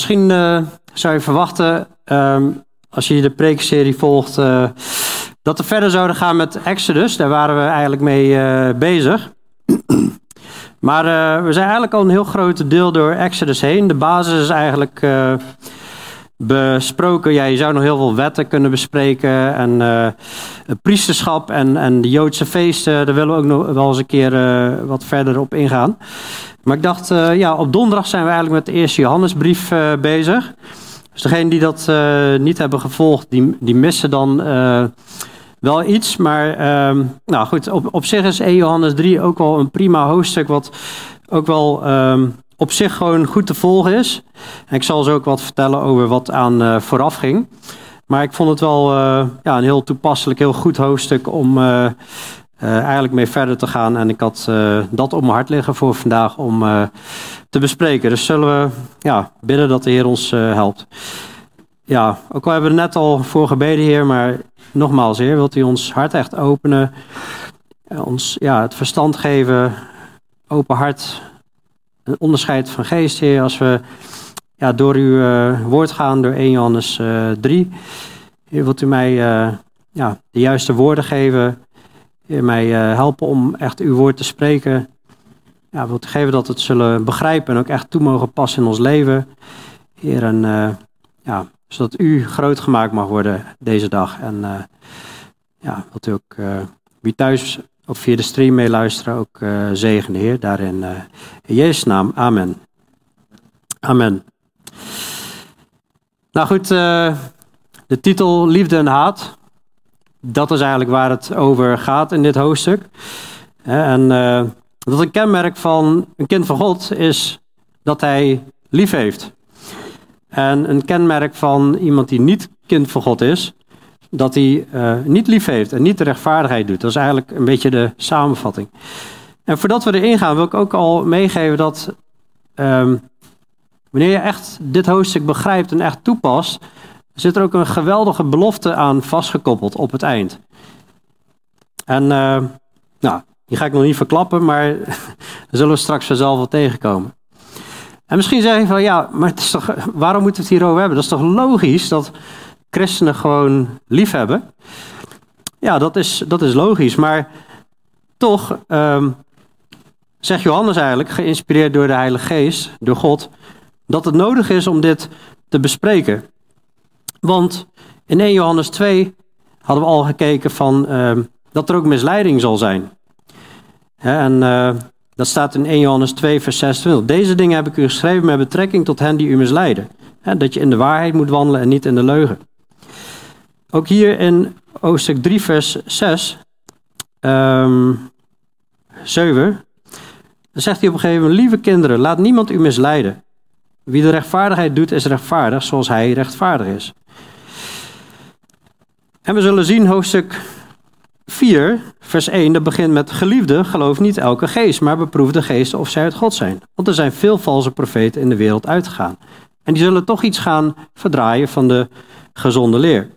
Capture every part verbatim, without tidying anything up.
misschien uh, zou je verwachten, um, als je de preekserie volgt, uh, dat we verder zouden gaan met Exodus. Daar waren we eigenlijk mee uh, bezig. Maar uh, we zijn eigenlijk al een heel groot deel door Exodus heen. De basis is eigenlijk uh, besproken. Ja, je zou nog heel veel wetten kunnen bespreken. En uh, het priesterschap en, en de Joodse feesten. Daar willen we ook nog wel eens een keer uh, wat verder op ingaan. Maar ik dacht, uh, ja, op donderdag zijn we eigenlijk met de eerste Johannesbrief uh, bezig. Dus degenen die dat uh, niet hebben gevolgd, die, die missen dan uh, wel iets. Maar uh, nou goed, op, op zich is eerste Johannes drie ook wel een prima hoofdstuk, wat ook wel uh, op zich gewoon goed te volgen is. En ik zal zo ook wat vertellen over wat aan uh, vooraf ging. Maar ik vond het wel uh, ja, een heel toepasselijk, heel goed hoofdstuk om uh, uh, eigenlijk mee verder te gaan. En ik had uh, dat op mijn hart liggen voor vandaag om uh, te bespreken. Dus zullen we ja, bidden dat de Heer ons uh, helpt. Ja, ook al hebben we er net al voor gebeden, Heer, maar nogmaals, Heer, wilt u ons hart echt openen, ons ja, het verstand geven, open hart, een onderscheid van geest, Heer, als we ja, door uw uh, woord gaan, door eerste Johannes drie. Heer, wilt u mij uh, ja, de juiste woorden geven, Heer, mij uh, helpen om echt uw woord te spreken. Ja, wilt u geven dat we het zullen begrijpen en ook echt toe mogen passen in ons leven, Heer, en uh, ja, zodat u groot gemaakt mag worden deze dag. En uh, ja, wilt u ook uh, wie thuis of via de stream meeluisteren ook uh, zegenen, Heer, daarin. Uh, in Jezus' naam, amen. Amen. Nou goed, uh, de titel Liefde en Haat, dat is eigenlijk waar het over gaat in dit hoofdstuk. En uh, dat een kenmerk van een kind van God is dat hij lief heeft. En een kenmerk van iemand die niet kind van God is, dat hij uh, niet lief heeft en niet de rechtvaardigheid doet. Dat is eigenlijk een beetje de samenvatting. En voordat we erin gaan, wil ik ook al meegeven dat um, wanneer je echt dit hoofdstuk begrijpt en echt toepast, zit er ook een geweldige belofte aan vastgekoppeld op het eind. En uh, nou, die ga ik nog niet verklappen, maar daar zullen we straks vanzelf wel tegenkomen. En misschien zeg je van, ja, maar het is toch, waarom moeten we het hierover hebben? Dat is toch logisch dat christenen gewoon lief hebben? Ja, dat is, dat is logisch, maar toch um, zegt Johannes eigenlijk, geïnspireerd door de Heilige Geest, door God, dat het nodig is om dit te bespreken. Want in eerste Johannes twee hadden we al gekeken van um, dat er ook misleiding zal zijn. He, en uh, dat staat in eerste Johannes twee vers zesentwintig. Deze dingen heb ik u geschreven met betrekking tot hen die u misleiden. He, dat je in de waarheid moet wandelen en niet in de leugen. Ook hier in hoofdstuk drie vers zes, um, zeven, dan zegt hij op een gegeven moment, lieve kinderen, laat niemand u misleiden. Wie de rechtvaardigheid doet is rechtvaardig zoals hij rechtvaardig is. En we zullen zien hoofdstuk vier, vers één, dat begint met geliefde, geloof niet elke geest, maar beproef de geesten of zij uit God zijn. Want er zijn veel valse profeten in de wereld uitgegaan. En die zullen toch iets gaan verdraaien van de gezonde leer.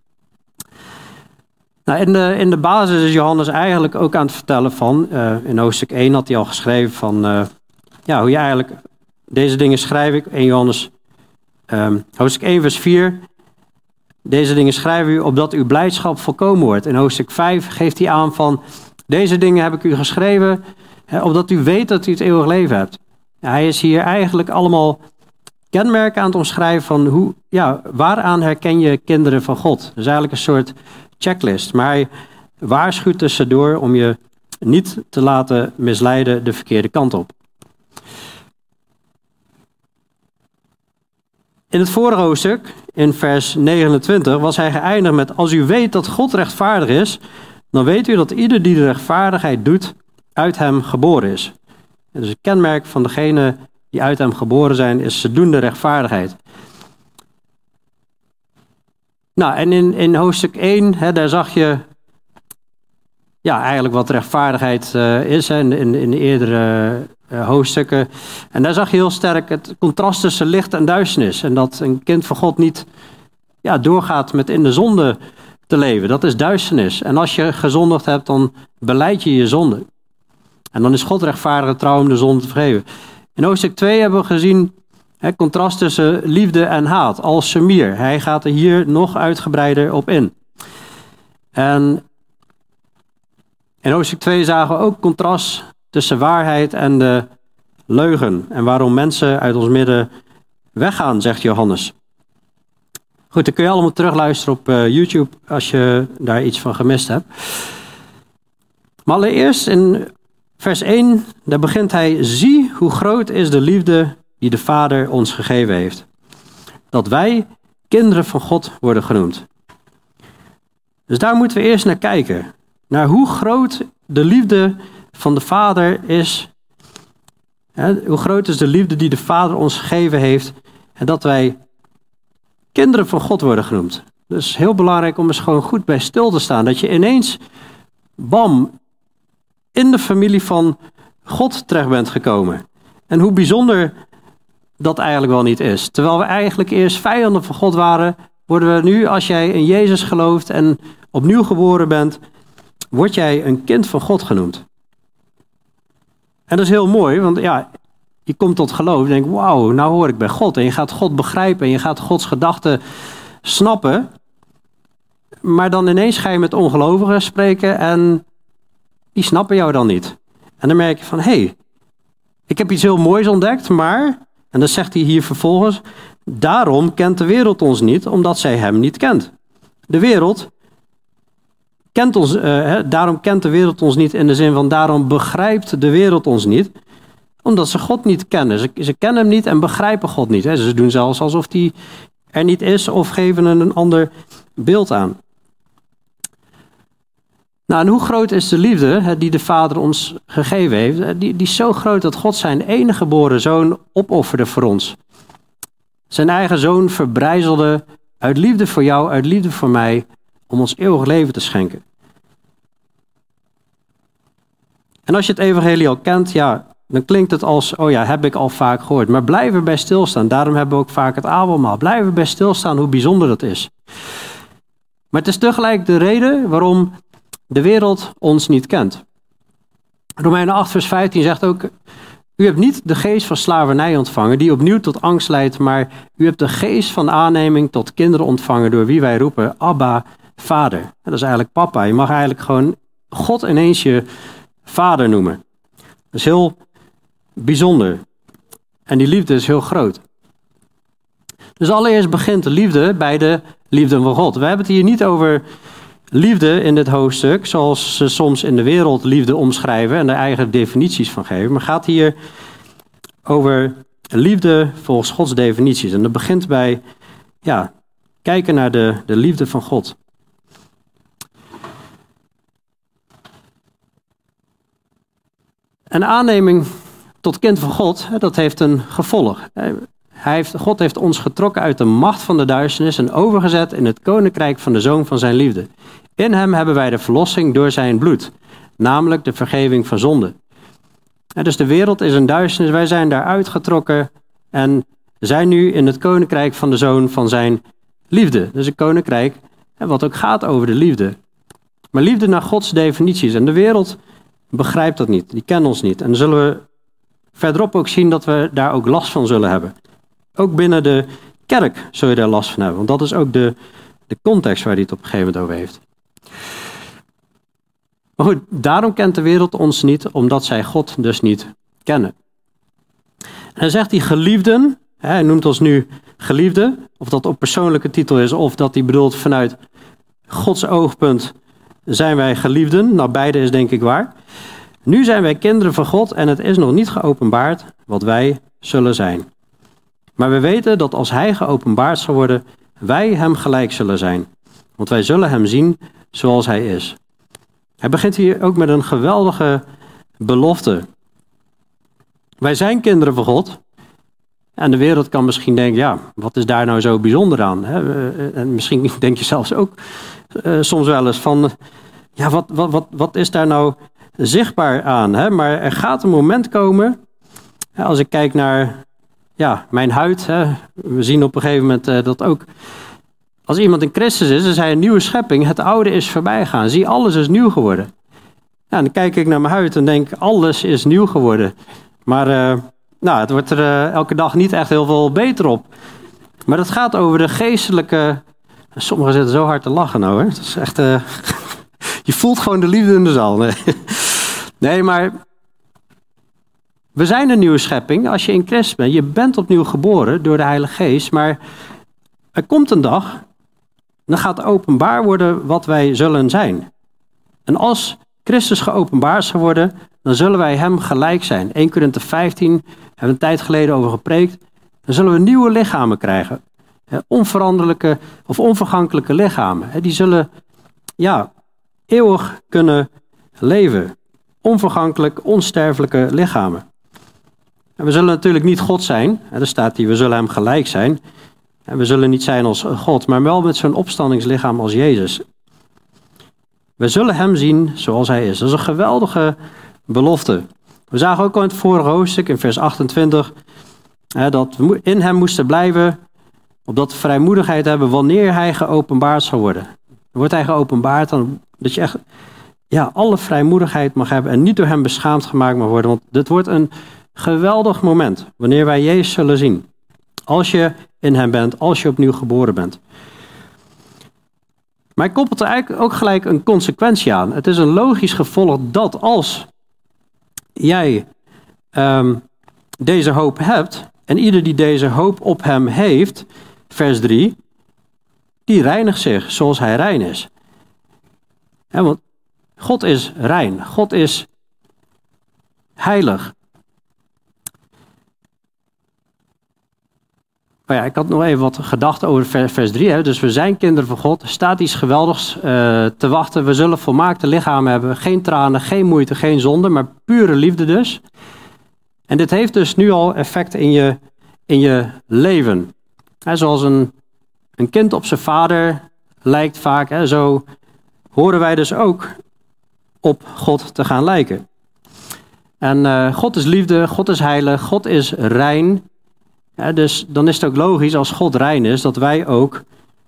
Nou, in, de, in de basis is Johannes eigenlijk ook aan het vertellen van, uh, in hoofdstuk één had hij al geschreven van, uh, ja, hoe je eigenlijk, deze dingen schrijf ik, in Johannes, um, hoofdstuk één vers vier, deze dingen schrijf u opdat uw blijdschap volkomen wordt. In hoofdstuk vijf geeft hij aan van, deze dingen heb ik u geschreven, hè, opdat u weet dat u het eeuwig leven hebt. Ja, hij is hier eigenlijk allemaal kenmerken aan het omschrijven van, hoe, ja, waaraan herken je kinderen van God? Dat is eigenlijk een soort checklist, maar hij waarschuwt tussendoor om je niet te laten misleiden de verkeerde kant op. In het vorige hoofdstuk, in vers negenentwintig, was hij geëindigd met, als u weet dat God rechtvaardig is, dan weet u dat ieder die de rechtvaardigheid doet, uit hem geboren is. En dus het kenmerk van degene die uit hem geboren zijn, is ze doen de rechtvaardigheid. Nou, en in, in hoofdstuk één, hè, daar zag je ja, eigenlijk wat rechtvaardigheid uh, is, hè, in, in, in de eerdere uh, hoofdstukken. En daar zag je heel sterk het contrast tussen licht en duisternis. En dat een kind van God niet ja, doorgaat met in de zonde te leven. Dat is duisternis. En als je gezondigd hebt, dan belijd je je zonde. En dan is God rechtvaardig en trouw om de zonde te vergeven. In hoofdstuk twee hebben we gezien Het contrast tussen liefde en haat, als Semir. Hij gaat er hier nog uitgebreider op in. En in hoofdstuk twee zagen we ook contrast tussen waarheid en de leugen. En waarom mensen uit ons midden weggaan, zegt Johannes. Goed, dan kun je allemaal terugluisteren op uh, YouTube als je daar iets van gemist hebt. Maar allereerst in vers één, daar begint hij: zie hoe groot is de liefde die de Vader ons gegeven heeft. Dat wij kinderen van God worden genoemd. Dus daar moeten we eerst naar kijken. Naar hoe groot de liefde van de Vader is. Hè, hoe groot is de liefde die de Vader ons gegeven heeft. En dat wij kinderen van God worden genoemd. Dus heel belangrijk om eens gewoon goed bij stil te staan. Dat je ineens, bam, in de familie van God terecht bent gekomen. En hoe bijzonder dat eigenlijk wel niet is. Terwijl we eigenlijk eerst vijanden van God waren, worden we nu, als jij in Jezus gelooft en opnieuw geboren bent, word jij een kind van God genoemd. En dat is heel mooi, want ja, je komt tot geloof en denkt, wauw, nou hoor ik bij God. En je gaat God begrijpen en je gaat Gods gedachten snappen. Maar dan ineens ga je met ongelovigen spreken en die snappen jou dan niet. En dan merk je van, hé, hey, ik heb iets heel moois ontdekt, maar, en dan zegt hij hier vervolgens, daarom kent de wereld ons niet, omdat zij hem niet kent. De wereld kent ons, uh, daarom kent de wereld ons niet in de zin van, daarom begrijpt de wereld ons niet, omdat ze God niet kennen. Ze, ze kennen hem niet en begrijpen God niet. Hè. Ze doen zelfs alsof hij er niet is of geven een ander beeld aan. Nou, en hoe groot is de liefde die de Vader ons gegeven heeft? Die, die is zo groot dat God zijn enige geboren zoon opofferde voor ons. Zijn eigen zoon verbrijzelde uit liefde voor jou, uit liefde voor mij, om ons eeuwig leven te schenken. En als je het evangelie al kent, ja, dan klinkt het als, oh ja, heb ik al vaak gehoord. Maar blijf er bij stilstaan. Daarom hebben we ook vaak het avondmaal. Blijf er bij stilstaan hoe bijzonder dat is. Maar het is tegelijk de reden waarom de wereld ons niet kent. Romeinen acht vers vijftien zegt ook, u hebt niet de geest van slavernij ontvangen, die opnieuw tot angst leidt, maar u hebt de geest van aanneming tot kinderen ontvangen, door wie wij roepen, Abba, Vader. En dat is eigenlijk papa. Je mag eigenlijk gewoon God ineens je vader noemen. Dat is heel bijzonder. En die liefde is heel groot. Dus allereerst begint de liefde bij de liefde van God. We hebben het hier niet over liefde in dit hoofdstuk, zoals ze soms in de wereld liefde omschrijven en er eigen definities van geven. Maar het gaat hier over liefde volgens Gods definities. En dat begint bij, ja, kijken naar de, de liefde van God. Een aanneming tot kind van God, dat heeft een gevolg. Hij heeft, God heeft ons getrokken uit de macht van de duisternis en overgezet in het koninkrijk van de Zoon van zijn liefde. In hem hebben wij de verlossing door zijn bloed, namelijk de vergeving van zonde. En dus de wereld is een duisternis, wij zijn daar uitgetrokken en zijn nu in het koninkrijk van de Zoon van zijn liefde. Dus een koninkrijk wat ook gaat over de liefde. Maar liefde naar Gods definities. En de wereld begrijpt dat niet, die kent ons niet. En dan zullen we verderop ook zien dat we daar ook last van zullen hebben. Ook binnen de kerk zul je daar last van hebben. Want dat is ook de, de context waar hij het op een gegeven moment over heeft. Maar goed, daarom kent de wereld ons niet, omdat zij God dus niet kennen. En dan zegt hij geliefden, hè, hij noemt ons nu geliefden, of dat op persoonlijke titel is, of dat hij bedoelt vanuit Gods oogpunt zijn wij geliefden. Nou, beide is denk ik waar. Nu zijn wij kinderen van God en het is nog niet geopenbaard wat wij zullen zijn. Maar we weten dat als hij geopenbaard zal worden, wij hem gelijk zullen zijn. Want wij zullen hem zien zoals hij is. Hij begint hier ook met een geweldige belofte. Wij zijn kinderen van God. En de wereld kan misschien denken, ja, wat is daar nou zo bijzonder aan? En misschien denk je zelfs ook uh, soms wel eens van, ja, wat, wat, wat, wat is daar nou zichtbaar aan? Hè? Maar er gaat een moment komen, als ik kijk naar ja, mijn huid, hè, we zien op een gegeven moment uh, dat ook, als iemand in Christus is, dan is hij een nieuwe schepping, het oude is voorbij gaan. Zie, alles is nieuw geworden. Ja, dan kijk ik naar mijn huid en denk, alles is nieuw geworden. Maar uh, Nou, het wordt er uh, elke dag niet echt heel veel beter op. Maar het gaat over de geestelijke... Sommigen zitten zo hard te lachen nou, hè. Het is echt... Uh... Je voelt gewoon de liefde in de zaal. Nee. nee, maar... We zijn een nieuwe schepping als je in Christus bent. Je bent opnieuw geboren door de Heilige Geest. Maar er komt een dag... Dan gaat openbaar worden wat wij zullen zijn. En als Christus geopenbaard zal worden... Dan zullen wij hem gelijk zijn. Eerste Korinthe vijftien, hebben we een tijd geleden over gepreekt. Dan zullen we nieuwe lichamen krijgen. Onveranderlijke of onvergankelijke lichamen. Die zullen ja, eeuwig kunnen leven. Onvergankelijk, onsterfelijke lichamen. En we zullen natuurlijk niet God zijn. Er staat hier, we zullen hem gelijk zijn. En we zullen niet zijn als God, maar wel met zo'n opstandingslichaam als Jezus. We zullen hem zien zoals hij is. Dat is een geweldige belofte. We zagen ook al in het vorige hoofdstuk, in vers achtentwintig, hè, dat we in hem moesten blijven, opdat we vrijmoedigheid hebben wanneer hij geopenbaard zal worden. Dan wordt hij geopenbaard, dan, dat je echt ja, alle vrijmoedigheid mag hebben en niet door hem beschaamd gemaakt mag worden. Want dit wordt een geweldig moment, wanneer wij Jezus zullen zien. Als je in hem bent, als je opnieuw geboren bent. Maar hij koppelt er eigenlijk ook gelijk een consequentie aan. Het is een logisch gevolg dat als jij um, deze hoop hebt, en ieder die deze hoop op hem heeft, vers drie, die reinigt zich zoals hij rein is. Ja, want God is rein, God is heilig. Oh ja, ik had nog even wat gedachten over vers drie. Hè. Dus we zijn kinderen van God. Er staat iets geweldigs uh, te wachten. We zullen volmaakte lichamen hebben. Geen tranen, geen moeite, geen zonde, maar pure liefde dus. En dit heeft dus nu al effect in je, in je leven. Hè, zoals een, een kind op zijn vader lijkt vaak. Hè, zo horen wij dus ook op God te gaan lijken. En uh, God is liefde, God is heilig, God is rein. Ja, dus dan is het ook logisch als God rein is, dat wij ook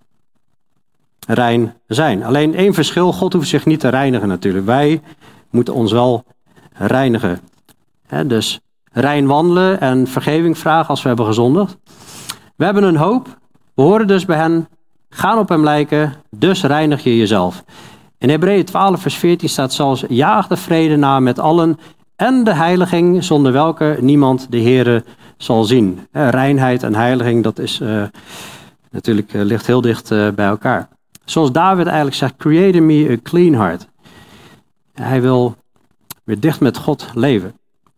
rein zijn. Alleen één verschil, God hoeft zich niet te reinigen natuurlijk. Wij moeten ons wel reinigen. Ja, dus rein wandelen en vergeving vragen als we hebben gezondigd. We hebben een hoop, we horen dus bij hen, gaan op hem lijken, dus reinig je jezelf. In Hebreeën twaalf vers veertien staat zelfs, jaag de vrede na met allen en de heiliging, zonder welke niemand de Heere zal zien. Eh, reinheid en heiliging, dat is uh, natuurlijk uh, ligt heel dicht uh, bij elkaar. Zoals David eigenlijk zegt, create in me a clean heart. Hij wil weer dicht met God leven.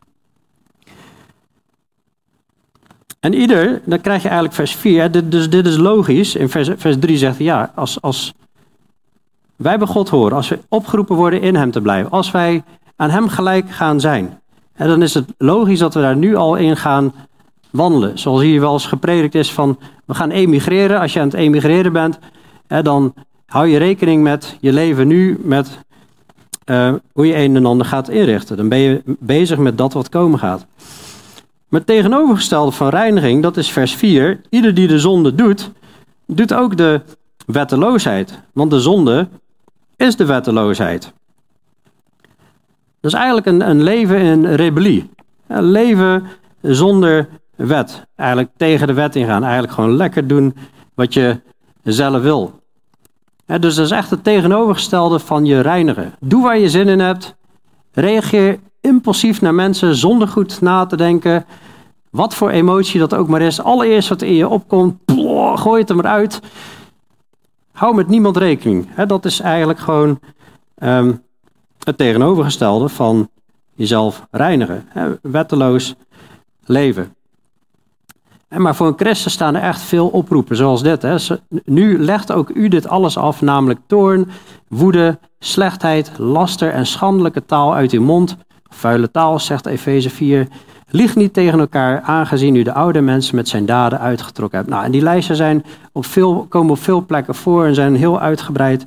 En ieder, dan krijg je eigenlijk vers vier, dit, dus dit is logisch. In vers, vers drie zegt hij, ja, als, als wij bij God horen, als we opgeroepen worden in hem te blijven, als wij aan hem gelijk gaan zijn, en dan is het logisch dat we daar nu al in gaan wandelen. Zoals hier wel eens gepredikt is van, we gaan emigreren. Als je aan het emigreren bent, hè, dan hou je rekening met je leven nu, met uh, hoe je een en ander gaat inrichten. Dan ben je bezig met dat wat komen gaat. Maar het tegenovergestelde van reiniging, dat is vers vier. Ieder die de zonde doet, doet ook de wetteloosheid. Want de zonde is de wetteloosheid. Dat is eigenlijk een, een leven in rebellie. Een leven zonder wet. Eigenlijk tegen de wet ingaan. Eigenlijk gewoon lekker doen wat je zelf wil. Ja, dus dat is echt het tegenovergestelde van je reinigen. Doe waar je zin in hebt. Reageer impulsief naar mensen zonder goed na te denken. Wat voor emotie dat ook maar is. Allereerst wat in je opkomt, ploh, gooi het er maar uit. Hou met niemand rekening. He, dat is eigenlijk gewoon um, het tegenovergestelde van jezelf reinigen. He, wetteloos leven. En maar voor een christen staan er echt veel oproepen zoals dit. Hè. Nu legt ook u dit alles af, namelijk toorn, woede, slechtheid, laster en schandelijke taal uit uw mond. Vuile taal, zegt Efeze vier. Lieg niet tegen elkaar, aangezien u de oude mensen met zijn daden uitgetrokken hebt. Nou, en die lijsten zijn op veel, komen op veel plekken voor en zijn heel uitgebreid.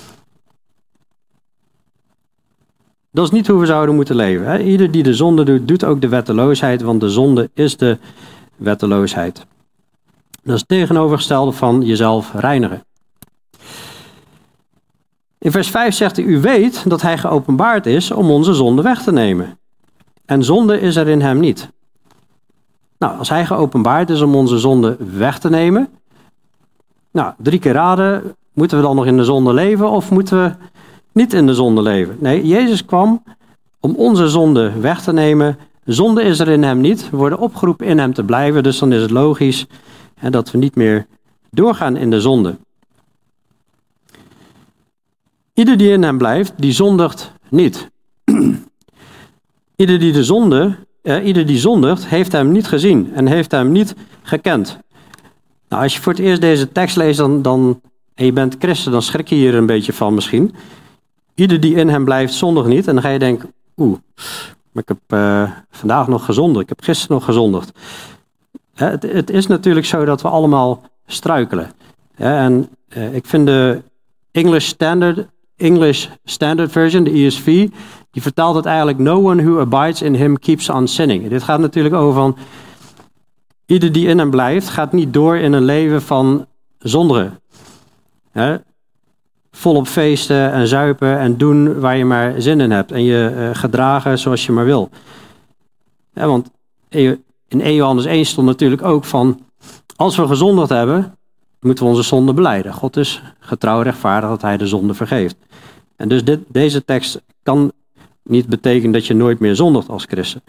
Dat is niet hoe we zouden moeten leven. Hè. Ieder die de zonde doet, doet ook de wetteloosheid, want de zonde is de wetteloosheid. Dat is het tegenovergestelde van jezelf reinigen. In vers vijf zegt hij, u weet dat hij geopenbaard is om onze zonde weg te nemen. En zonde is er in hem niet. Nou, als hij geopenbaard is om onze zonde weg te nemen. Nou, drie keer raden. Moeten we dan nog in de zonde leven of moeten we niet in de zonde leven? Nee, Jezus kwam om onze zonde weg te nemen. Zonde is er in hem niet. We worden opgeroepen in hem te blijven. Dus dan is het logisch hè, dat we niet meer doorgaan in de zonde. Ieder die in hem blijft, die zondigt niet. Ieder die de zonde, eh, ieder die zondigt, heeft hem niet gezien en heeft hem niet gekend. Nou, als je voor het eerst deze tekst leest dan, dan, en je bent christen, dan schrik je hier een beetje van misschien. Ieder die in hem blijft, zondigt niet. En dan ga je denken, oeh, maar ik heb uh, vandaag nog gezondigd, ik heb gisteren nog gezondigd. Hè, het, het is natuurlijk zo dat we allemaal struikelen. Hè, en uh, ik vind de English Standard, English Standard Version, de E S V, die vertaalt het eigenlijk, no one who abides in him keeps on sinning. Dit gaat natuurlijk over van, ieder die in hem blijft, gaat niet door in een leven van zondigen. Hè? Volop feesten en zuipen en doen waar je maar zin in hebt. En je uh, gedragen zoals je maar wil. Ja, want in Eerste Johannes één stond natuurlijk ook van, als we gezondigd hebben, moeten we onze zonde belijden. God is getrouw en rechtvaardig dat hij de zonde vergeeft. En dus dit, deze tekst kan niet betekenen dat je nooit meer zondigt als christen.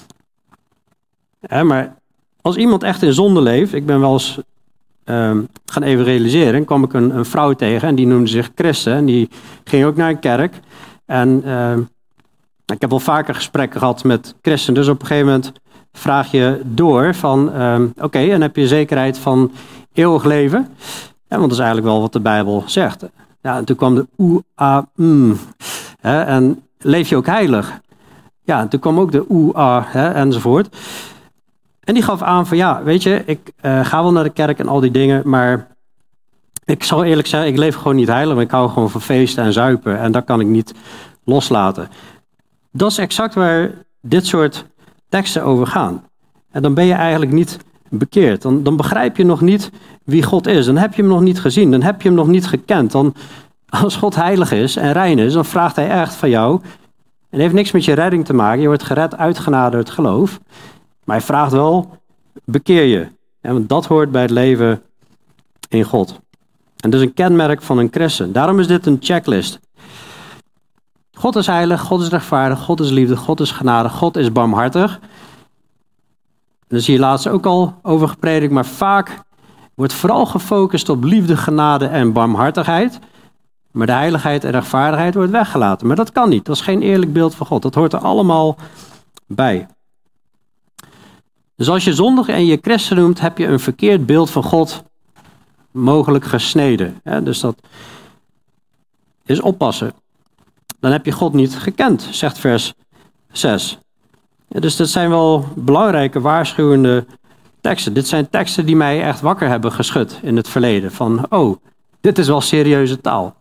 Ja, maar als iemand echt in zonde leeft, ik ben wel eens um, gaan even realiseren, kwam ik een, een vrouw tegen en die noemde zich christen en die ging ook naar een kerk. En um, ik heb al vaker gesprekken gehad met christen, dus op een gegeven moment vraag je door van, um, oké, okay, en heb je zekerheid van eeuwig leven? Ja, want dat is eigenlijk wel wat de Bijbel zegt. Ja, en toen kwam de oe, a, mm. Hè, en leef je ook heilig? Ja, en toen kwam ook de oe, a, hè, enzovoort. En die gaf aan van, ja, weet je, ik uh, ga wel naar de kerk en al die dingen, maar ik zal eerlijk zeggen, ik leef gewoon niet heilig, maar ik hou gewoon van feesten en zuipen en dat kan ik niet loslaten. Dat is exact waar dit soort teksten over gaan. En dan ben je eigenlijk niet bekeerd. Dan, dan begrijp je nog niet wie God is. Dan heb je hem nog niet gezien. Dan heb je hem nog niet gekend. Dan, als God heilig is en rein is, dan vraagt hij echt van jou. En het heeft niks met je redding te maken. Je wordt gered uit genade door het geloof. Maar hij vraagt wel, bekeer je. En want dat hoort bij het leven in God. En dat is een kenmerk van een christen. Daarom is dit een checklist. God is heilig, God is rechtvaardig, God is liefde, God is genade, God is barmhartig. Daar zie je laatst ook al over gepredikt, maar vaak wordt vooral gefocust op liefde, genade en barmhartigheid. Maar de heiligheid en rechtvaardigheid wordt weggelaten. Maar dat kan niet, dat is geen eerlijk beeld van God. Dat hoort er allemaal bij. Dus als je zondig en je christen noemt, heb je een verkeerd beeld van God mogelijk gesneden. Dus dat is oppassen. Dan heb je God niet gekend, zegt vers zes. Ja, dus dat zijn wel belangrijke waarschuwende teksten. Dit zijn teksten die mij echt wakker hebben geschud in het verleden. Van, oh, dit is wel serieuze taal.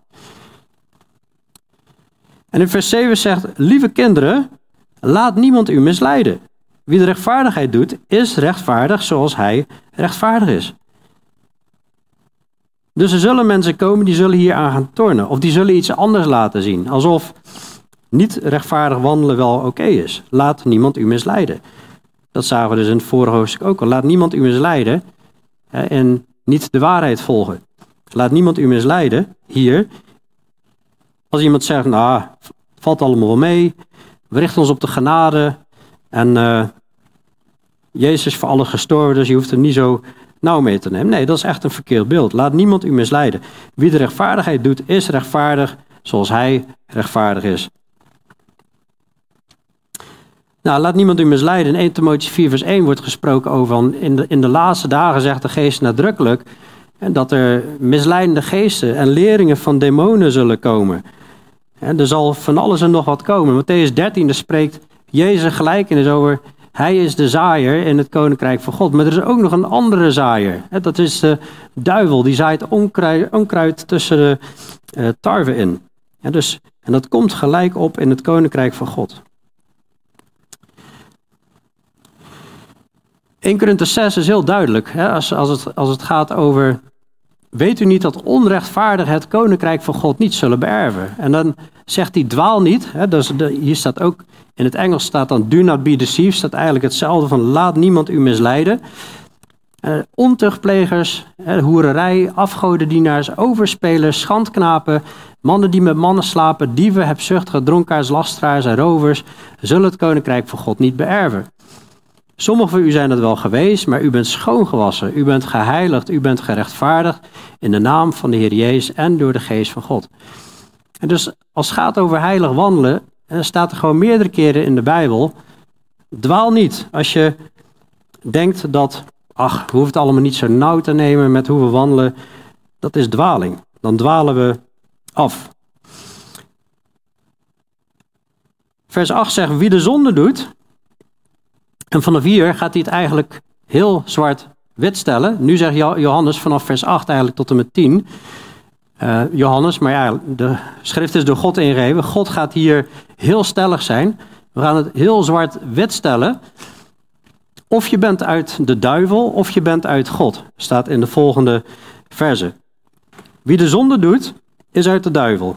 En in vers zeven zegt, lieve kinderen, laat niemand u misleiden. Wie de rechtvaardigheid doet, is rechtvaardig zoals hij rechtvaardig is. Dus er zullen mensen komen die zullen hier aan gaan tornen. Of die zullen iets anders laten zien. Alsof niet rechtvaardig wandelen wel oké okay is. Laat niemand u misleiden. Dat zagen we dus in het vorige hoofdstuk ook al. Laat niemand u misleiden hè, en niet de waarheid volgen. Laat niemand u misleiden hier. Als iemand zegt, nou, het valt allemaal wel mee. We richten ons op de genade. En uh, Jezus is voor alles gestorven, dus je hoeft er niet zo nauw mee te nemen. Nee, dat is echt een verkeerd beeld. Laat niemand u misleiden. Wie de rechtvaardigheid doet, is rechtvaardig zoals hij rechtvaardig is. Nou, laat niemand u misleiden. In eerste Timotheüs vier vers één wordt gesproken over, van in de, in de laatste dagen zegt de geest nadrukkelijk, en dat er misleidende geesten en leringen van demonen zullen komen. En er zal van alles en nog wat komen. Mattheüs dertien spreekt Jezus een gelijkenis over, hij is de zaaier in het koninkrijk van God. Maar er is ook nog een andere zaaier. Dat is de duivel, die zaait onkruid, onkruid tussen de uh, tarwe in. En, dus, en dat komt gelijk op in het koninkrijk van God. eerste Korinthe zes is heel duidelijk. Hè, als, als, het, als het gaat over, weet u niet dat onrechtvaardigen het koninkrijk van God niet zullen beërven? En dan zegt hij, dwaal niet. Hè, dus de, hier staat ook In het Engels staat dan do not be deceived, staat eigenlijk hetzelfde van laat niemand u misleiden. Uh, ontuchtplegers, uh, hoererij, afgodendienaars, overspelers, schandknapen, mannen die met mannen slapen, dieven, hebzuchtigen, dronkaards, lasteraars en rovers, zullen het koninkrijk van God niet beërven. Sommigen van u zijn dat wel geweest, maar u bent schoongewassen, u bent geheiligd, u bent gerechtvaardigd in de naam van de Heer Jezus en door de geest van God. En dus als het gaat over heilig wandelen, en staat er gewoon meerdere keren in de Bijbel, dwaal niet. Als je denkt dat, ach, we hoeven het allemaal niet zo nauw te nemen met hoe we wandelen, dat is dwaling. Dan dwalen we af. Vers acht zegt, wie de zonde doet, en vanaf hier gaat hij het eigenlijk heel zwart-wit stellen. Nu zegt Johannes vanaf vers acht eigenlijk tot en met tien. Uh, Johannes, maar ja, de schrift is door God ingegeven. God gaat hier heel stellig zijn. We gaan het heel zwart-wit stellen. Of je bent uit de duivel, of je bent uit God. Staat in de volgende verse. Wie de zonde doet, is uit de duivel.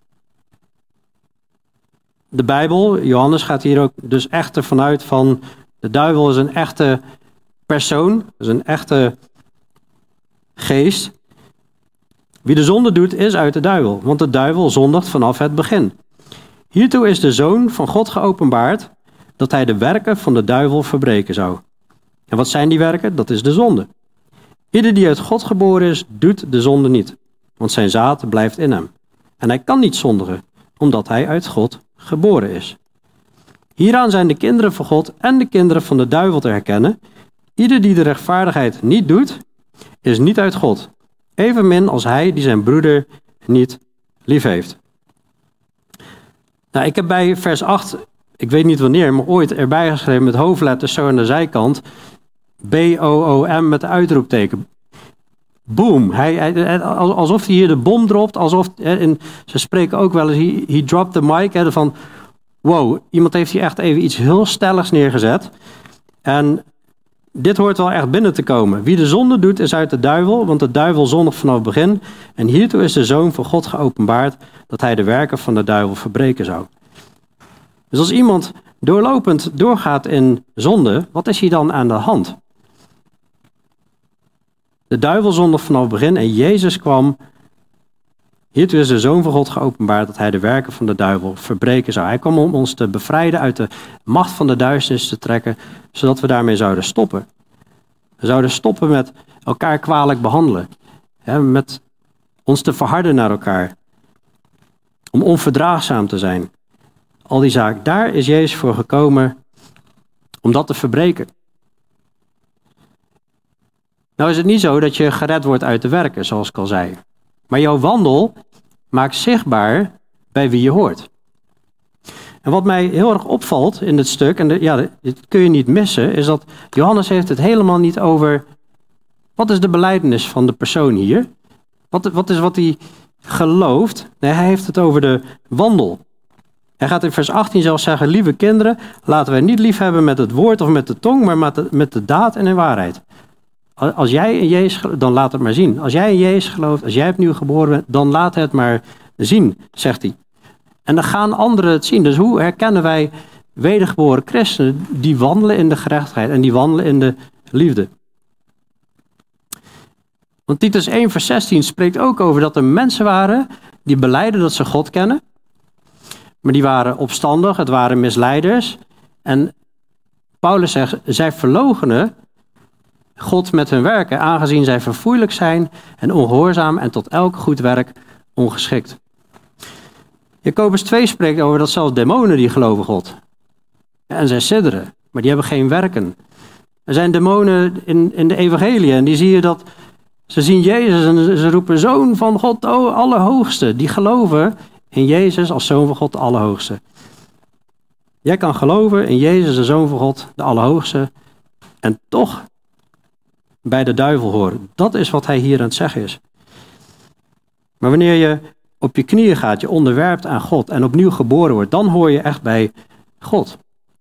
De Bijbel, Johannes gaat hier ook dus echt ervan uit van, de duivel is een echte persoon, is een echte geest. Wie de zonde doet, is uit de duivel, want de duivel zondigt vanaf het begin. Hiertoe is de Zoon van God geopenbaard, dat hij de werken van de duivel verbreken zou. En wat zijn die werken? Dat is de zonde. Ieder die uit God geboren is, doet de zonde niet, want zijn zaad blijft in hem. En hij kan niet zondigen, omdat hij uit God geboren is. Hieraan zijn de kinderen van God en de kinderen van de duivel te herkennen. Ieder die de rechtvaardigheid niet doet, is niet uit God. Evenmin als hij die zijn broeder niet lief heeft. Nou, ik heb bij vers acht, ik weet niet wanneer, maar ooit erbij geschreven met hoofdletters zo aan de zijkant. B O O M met de uitroepteken. Boom. Hij, hij, alsof hij hier de bom dropt. Alsof, en ze spreken ook wel eens, he, he dropped the mic. Hè, van, wow, iemand heeft hier echt even iets heel stelligs neergezet. En dit hoort wel echt binnen te komen. Wie de zonde doet is uit de duivel, want de duivel zondigt vanaf het begin. En hiertoe is de Zoon van God geopenbaard, dat hij de werken van de duivel verbreken zou. Dus als iemand doorlopend doorgaat in zonde, wat is hier dan aan de hand? De duivel zondigt vanaf het begin en Jezus kwam. Hiertoe is de Zoon van God geopenbaard, dat hij de werken van de duivel verbreken zou. Hij kwam om ons te bevrijden uit de macht van de duisternis te trekken, zodat we daarmee zouden stoppen. We zouden stoppen met elkaar kwalijk behandelen. Hè, met ons te verharden naar elkaar. Om onverdraagzaam te zijn. Al die zaken. Daar is Jezus voor gekomen om dat te verbreken. Nou is het niet zo dat je gered wordt uit de werken, zoals ik al zei. Maar jouw wandel maakt zichtbaar bij wie je hoort. En wat mij heel erg opvalt in dit stuk, en de, ja, dit kun je niet missen, is dat Johannes heeft het helemaal niet over, wat is de belijdenis van de persoon hier? Wat, wat is wat hij gelooft? Nee, hij heeft het over de wandel. Hij gaat in vers achttien zelfs zeggen, lieve kinderen, laten wij niet lief hebben met het woord of met de tong, maar met de, met de daad en in waarheid. Als jij in Jezus gelooft, dan laat het maar zien. Als jij in Jezus gelooft, als jij opnieuw geboren bent, dan laat het maar zien, zegt hij. En dan gaan anderen het zien. Dus hoe herkennen wij wedergeboren christenen die wandelen in de gerechtigheid en die wandelen in de liefde? Want Titus één vers zestien spreekt ook over dat er mensen waren die belijden dat ze God kennen. Maar die waren opstandig, het waren misleiders. En Paulus zegt, zij verloochenen God met hun werken, aangezien zij verfoeilijk zijn en ongehoorzaam en tot elk goed werk ongeschikt. Jacobus twee spreekt over dat zelfs demonen die geloven God. En zij sidderen, maar die hebben geen werken. Er zijn demonen in, in de evangelie en die zie je dat ze zien Jezus en ze roepen Zoon van God, o Allerhoogste. Die geloven in Jezus als Zoon van God, de Allerhoogste. Jij kan geloven in Jezus, de Zoon van God, de Allerhoogste, en toch bij de duivel horen. Dat is wat hij hier aan het zeggen is. Maar wanneer je op je knieën gaat, je onderwerpt aan God en opnieuw geboren wordt, dan hoor je echt bij God.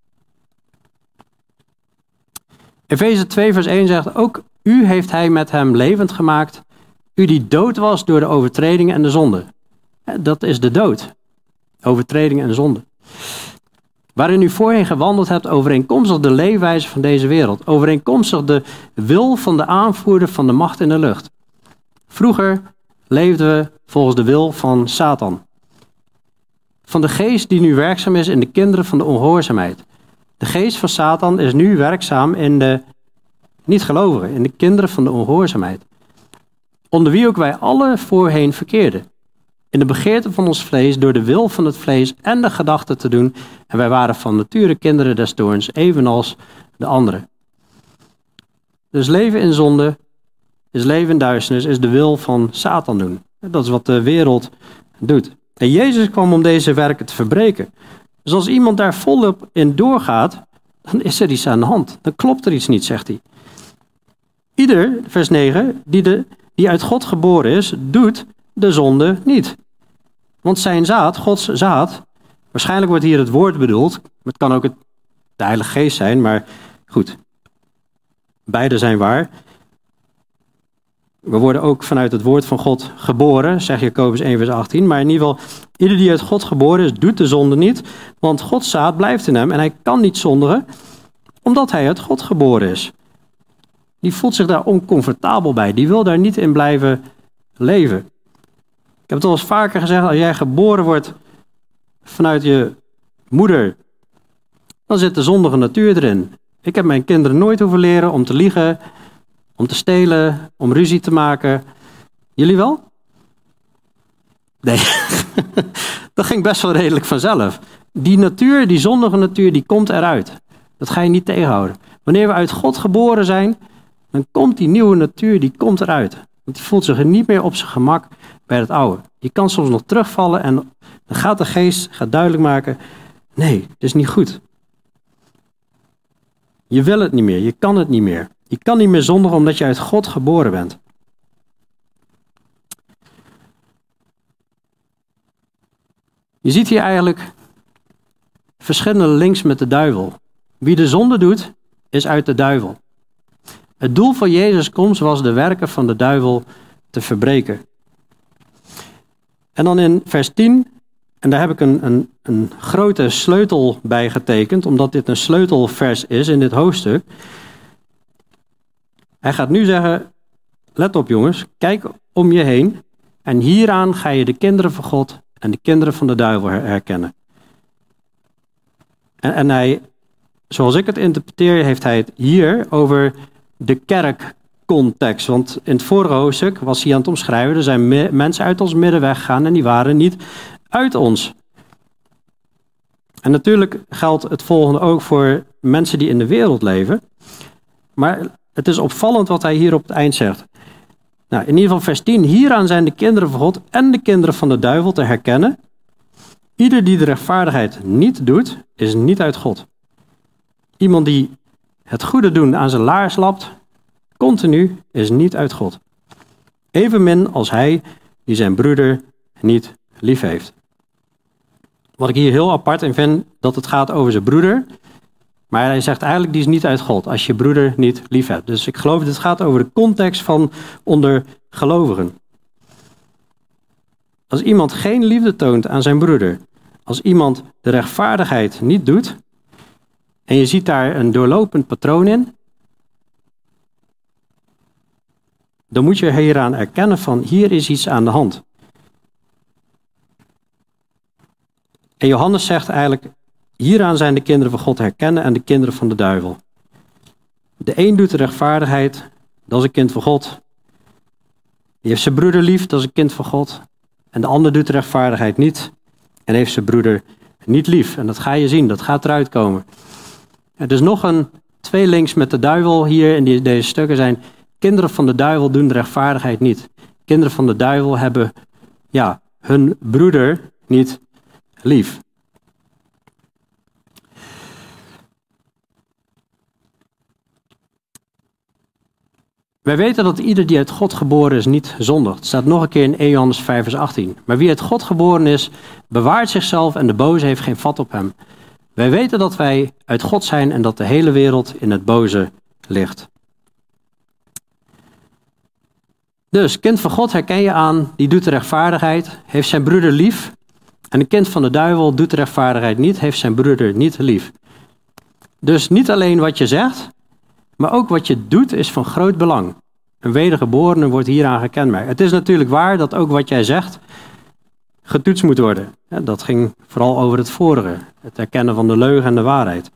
Efeze twee vers één zegt, ook u heeft hij met hem levend gemaakt, u die dood was door de overtredingen en de zonde. Dat is de dood. Overtredingen en zonde. waarin u voorheen gewandeld hebt overeenkomstig de leefwijze van deze wereld, overeenkomstig de wil van de aanvoerder van de macht in de lucht. Vroeger leefden we volgens de wil van Satan. Van de geest die nu werkzaam is in de kinderen van de ongehoorzaamheid. De geest van Satan is nu werkzaam in de niet-gelovigen, in de kinderen van de ongehoorzaamheid. Onder wie ook wij alle voorheen verkeerden. In de begeerte van ons vlees, door de wil van het vlees en de gedachten te doen. En wij waren van nature kinderen des toorns, evenals de anderen. Dus leven in zonde, is leven in duisternis, is de wil van Satan doen. Dat is wat de wereld doet. En Jezus kwam om deze werken te verbreken. Dus als iemand daar volop in doorgaat, dan is er iets aan de hand. Dan klopt er iets niet, zegt hij. Ieder, vers negen, die, de, die uit God geboren is, doet de zonde niet. Want zijn zaad, Gods zaad, waarschijnlijk wordt hier het woord bedoeld, maar het kan ook het, de Heilige Geest zijn, maar goed, beide zijn waar. We worden ook vanuit het woord van God geboren, zegt Jacobus één vers achttien. Maar in ieder geval, ieder die uit God geboren is, doet de zonde niet. Want Gods zaad blijft in hem en hij kan niet zondigen, omdat hij uit God geboren is. Die voelt zich daar oncomfortabel bij. Die wil daar niet in blijven leven. Ik heb het al eens vaker gezegd, als jij geboren wordt vanuit je moeder, dan zit de zondige natuur erin. Ik heb mijn kinderen nooit hoeven leren om te liegen, om te stelen, om ruzie te maken. Jullie wel? Nee, dat ging best wel redelijk vanzelf. Die natuur, die zondige natuur, die komt eruit. Dat ga je niet tegenhouden. Wanneer we uit God geboren zijn, dan komt die nieuwe natuur, die komt eruit. Want die voelt zich er niet meer op zijn gemak bij het oude. Je kan soms nog terugvallen en dan gaat de geest gaat duidelijk maken, nee, het is niet goed. Je wil het niet meer, je kan het niet meer. Je kan niet meer zondigen omdat je uit God geboren bent. Je ziet hier eigenlijk verschillende links met de duivel. Wie de zonde doet, is uit de duivel. Het doel van Jezus' komst was de werken van de duivel te verbreken. En dan in vers tien, en daar heb ik een, een, een grote sleutel bij getekend, omdat dit een sleutelvers is in dit hoofdstuk. Hij gaat nu zeggen, let op jongens, kijk om je heen en hieraan ga je de kinderen van God en de kinderen van de duivel herkennen. En, en hij, zoals ik het interpreteer, heeft hij het hier over de kerkcontext. Want in het vorige hoofdstuk was hij aan het omschrijven, er zijn me- mensen uit ons midden weggegaan en die waren niet uit ons. En natuurlijk geldt het volgende ook voor mensen die in de wereld leven. Maar het is opvallend wat hij hier op het eind zegt. Nou, in ieder geval vers tien. Hieraan zijn de kinderen van God en de kinderen van de duivel te herkennen. Ieder die de rechtvaardigheid niet doet, is niet uit God. Iemand die het goede doen aan zijn laars lapt, continu, is niet uit God. Evenmin als hij die zijn broeder niet lief heeft. Wat ik hier heel apart in vind, dat het gaat over zijn broeder. Maar hij zegt eigenlijk, die is niet uit God, als je broeder niet lief hebt. Dus ik geloof dat het gaat over de context van onder gelovigen. Als iemand geen liefde toont aan zijn broeder, als iemand de rechtvaardigheid niet doet, en je ziet daar een doorlopend patroon in, dan moet je hieraan erkennen van, hier is iets aan de hand. En Johannes zegt eigenlijk, hieraan zijn de kinderen van God herkennen en de kinderen van de duivel. De een doet de rechtvaardigheid, dat is een kind van God. Die heeft zijn broeder lief, dat is een kind van God. En de ander doet de rechtvaardigheid niet en heeft zijn broeder niet lief. En dat ga je zien, dat gaat eruit komen. Er is nog een twee links met de duivel hier in die, deze stukken zijn, kinderen van de duivel doen de rechtvaardigheid niet. Kinderen van de duivel hebben ja, hun broeder niet lief. Wij weten dat ieder die uit God geboren is niet zondigt. Het staat nog een keer in Eerste Johannes vijf vers achttien. Maar wie uit God geboren is, bewaart zichzelf en de boze heeft geen vat op hem. Wij weten dat wij uit God zijn en dat de hele wereld in het boze ligt. Dus, kind van God herken je aan, die doet de rechtvaardigheid, heeft zijn broeder lief En een kind van de duivel doet de rechtvaardigheid niet, heeft zijn broeder niet lief. Dus niet alleen wat je zegt, maar ook wat je doet is van groot belang. Een wedergeborene wordt hieraan gekenmerkt. Het is natuurlijk waar dat ook wat jij zegt getoetst moet worden. Dat ging vooral over het vorige, het erkennen van de leugen en de waarheid.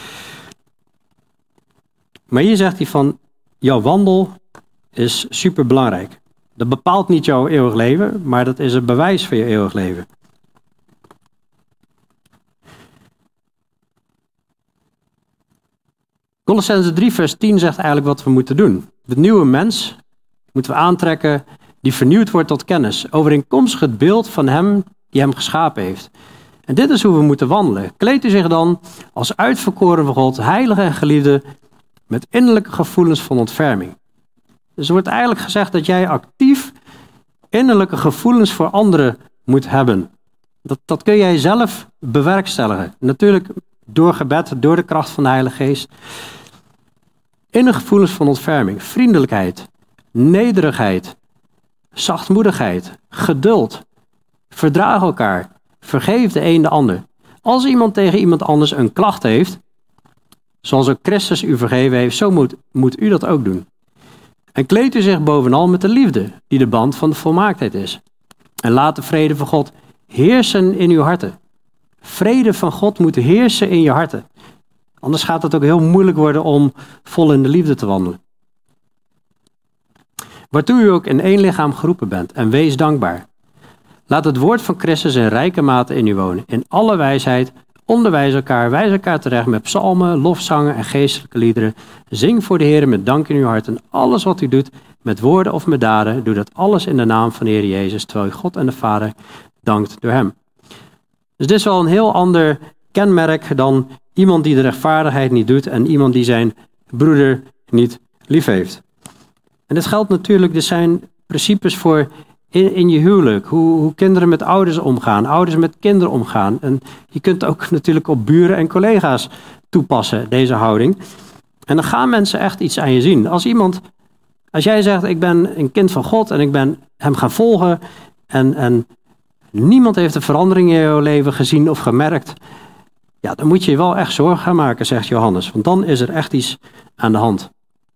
Maar hier zegt hij van, jouw wandel is superbelangrijk. Dat bepaalt niet jouw eeuwig leven, maar dat is het bewijs van je eeuwig leven. Colossenzen drie vers tien zegt eigenlijk wat we moeten doen. De nieuwe mens moeten we aantrekken die vernieuwd wordt tot kennis, overeenkomstig het beeld van hem die hem geschapen heeft. En dit is hoe we moeten wandelen. Kleed u zich dan als uitverkoren van God, heilige en geliefde, met innerlijke gevoelens van ontferming. Dus er wordt eigenlijk gezegd dat jij actief innerlijke gevoelens voor anderen moet hebben. Dat, dat kun jij zelf bewerkstelligen. Natuurlijk door gebed, door de kracht van de Heilige Geest. Innige gevoelens van ontferming, vriendelijkheid, nederigheid, zachtmoedigheid, geduld. Verdraag elkaar, vergeef de een de ander. Als iemand tegen iemand anders een klacht heeft, zoals ook Christus u vergeven heeft, zo moet, moet u dat ook doen. En kleed u zich bovenal met de liefde, die de band van de volmaaktheid is. En laat de vrede van God heersen in uw harten. Vrede van God moet heersen in je harten. Anders gaat het ook heel moeilijk worden om vol in de liefde te wandelen. Waartoe u ook in één lichaam geroepen bent en wees dankbaar. Laat het woord van Christus in rijke mate in u wonen. In alle wijsheid onderwijs elkaar, wijs elkaar terecht met psalmen, lofzangen en geestelijke liederen. Zing voor de Heer met dank in uw hart. En alles wat u doet, met woorden of met daden, doe dat alles in de naam van de Heer Jezus, terwijl u God en de Vader dankt door hem. Dus dit is wel een heel ander kenmerk dan iemand die de rechtvaardigheid niet doet en iemand die zijn broeder niet lief heeft. En dit geldt natuurlijk, dit zijn principes voor in, in je huwelijk, hoe, hoe kinderen met ouders omgaan, ouders met kinderen omgaan. En je kunt ook natuurlijk op buren en collega's toepassen, deze houding. En dan gaan mensen echt iets aan je zien. Als iemand, als jij zegt, ik ben een kind van God en ik ben hem gaan volgen en, en niemand heeft een verandering in jouw leven gezien of gemerkt, ja, dan moet je je wel echt zorgen gaan maken, zegt Johannes. Want dan is er echt iets aan de hand.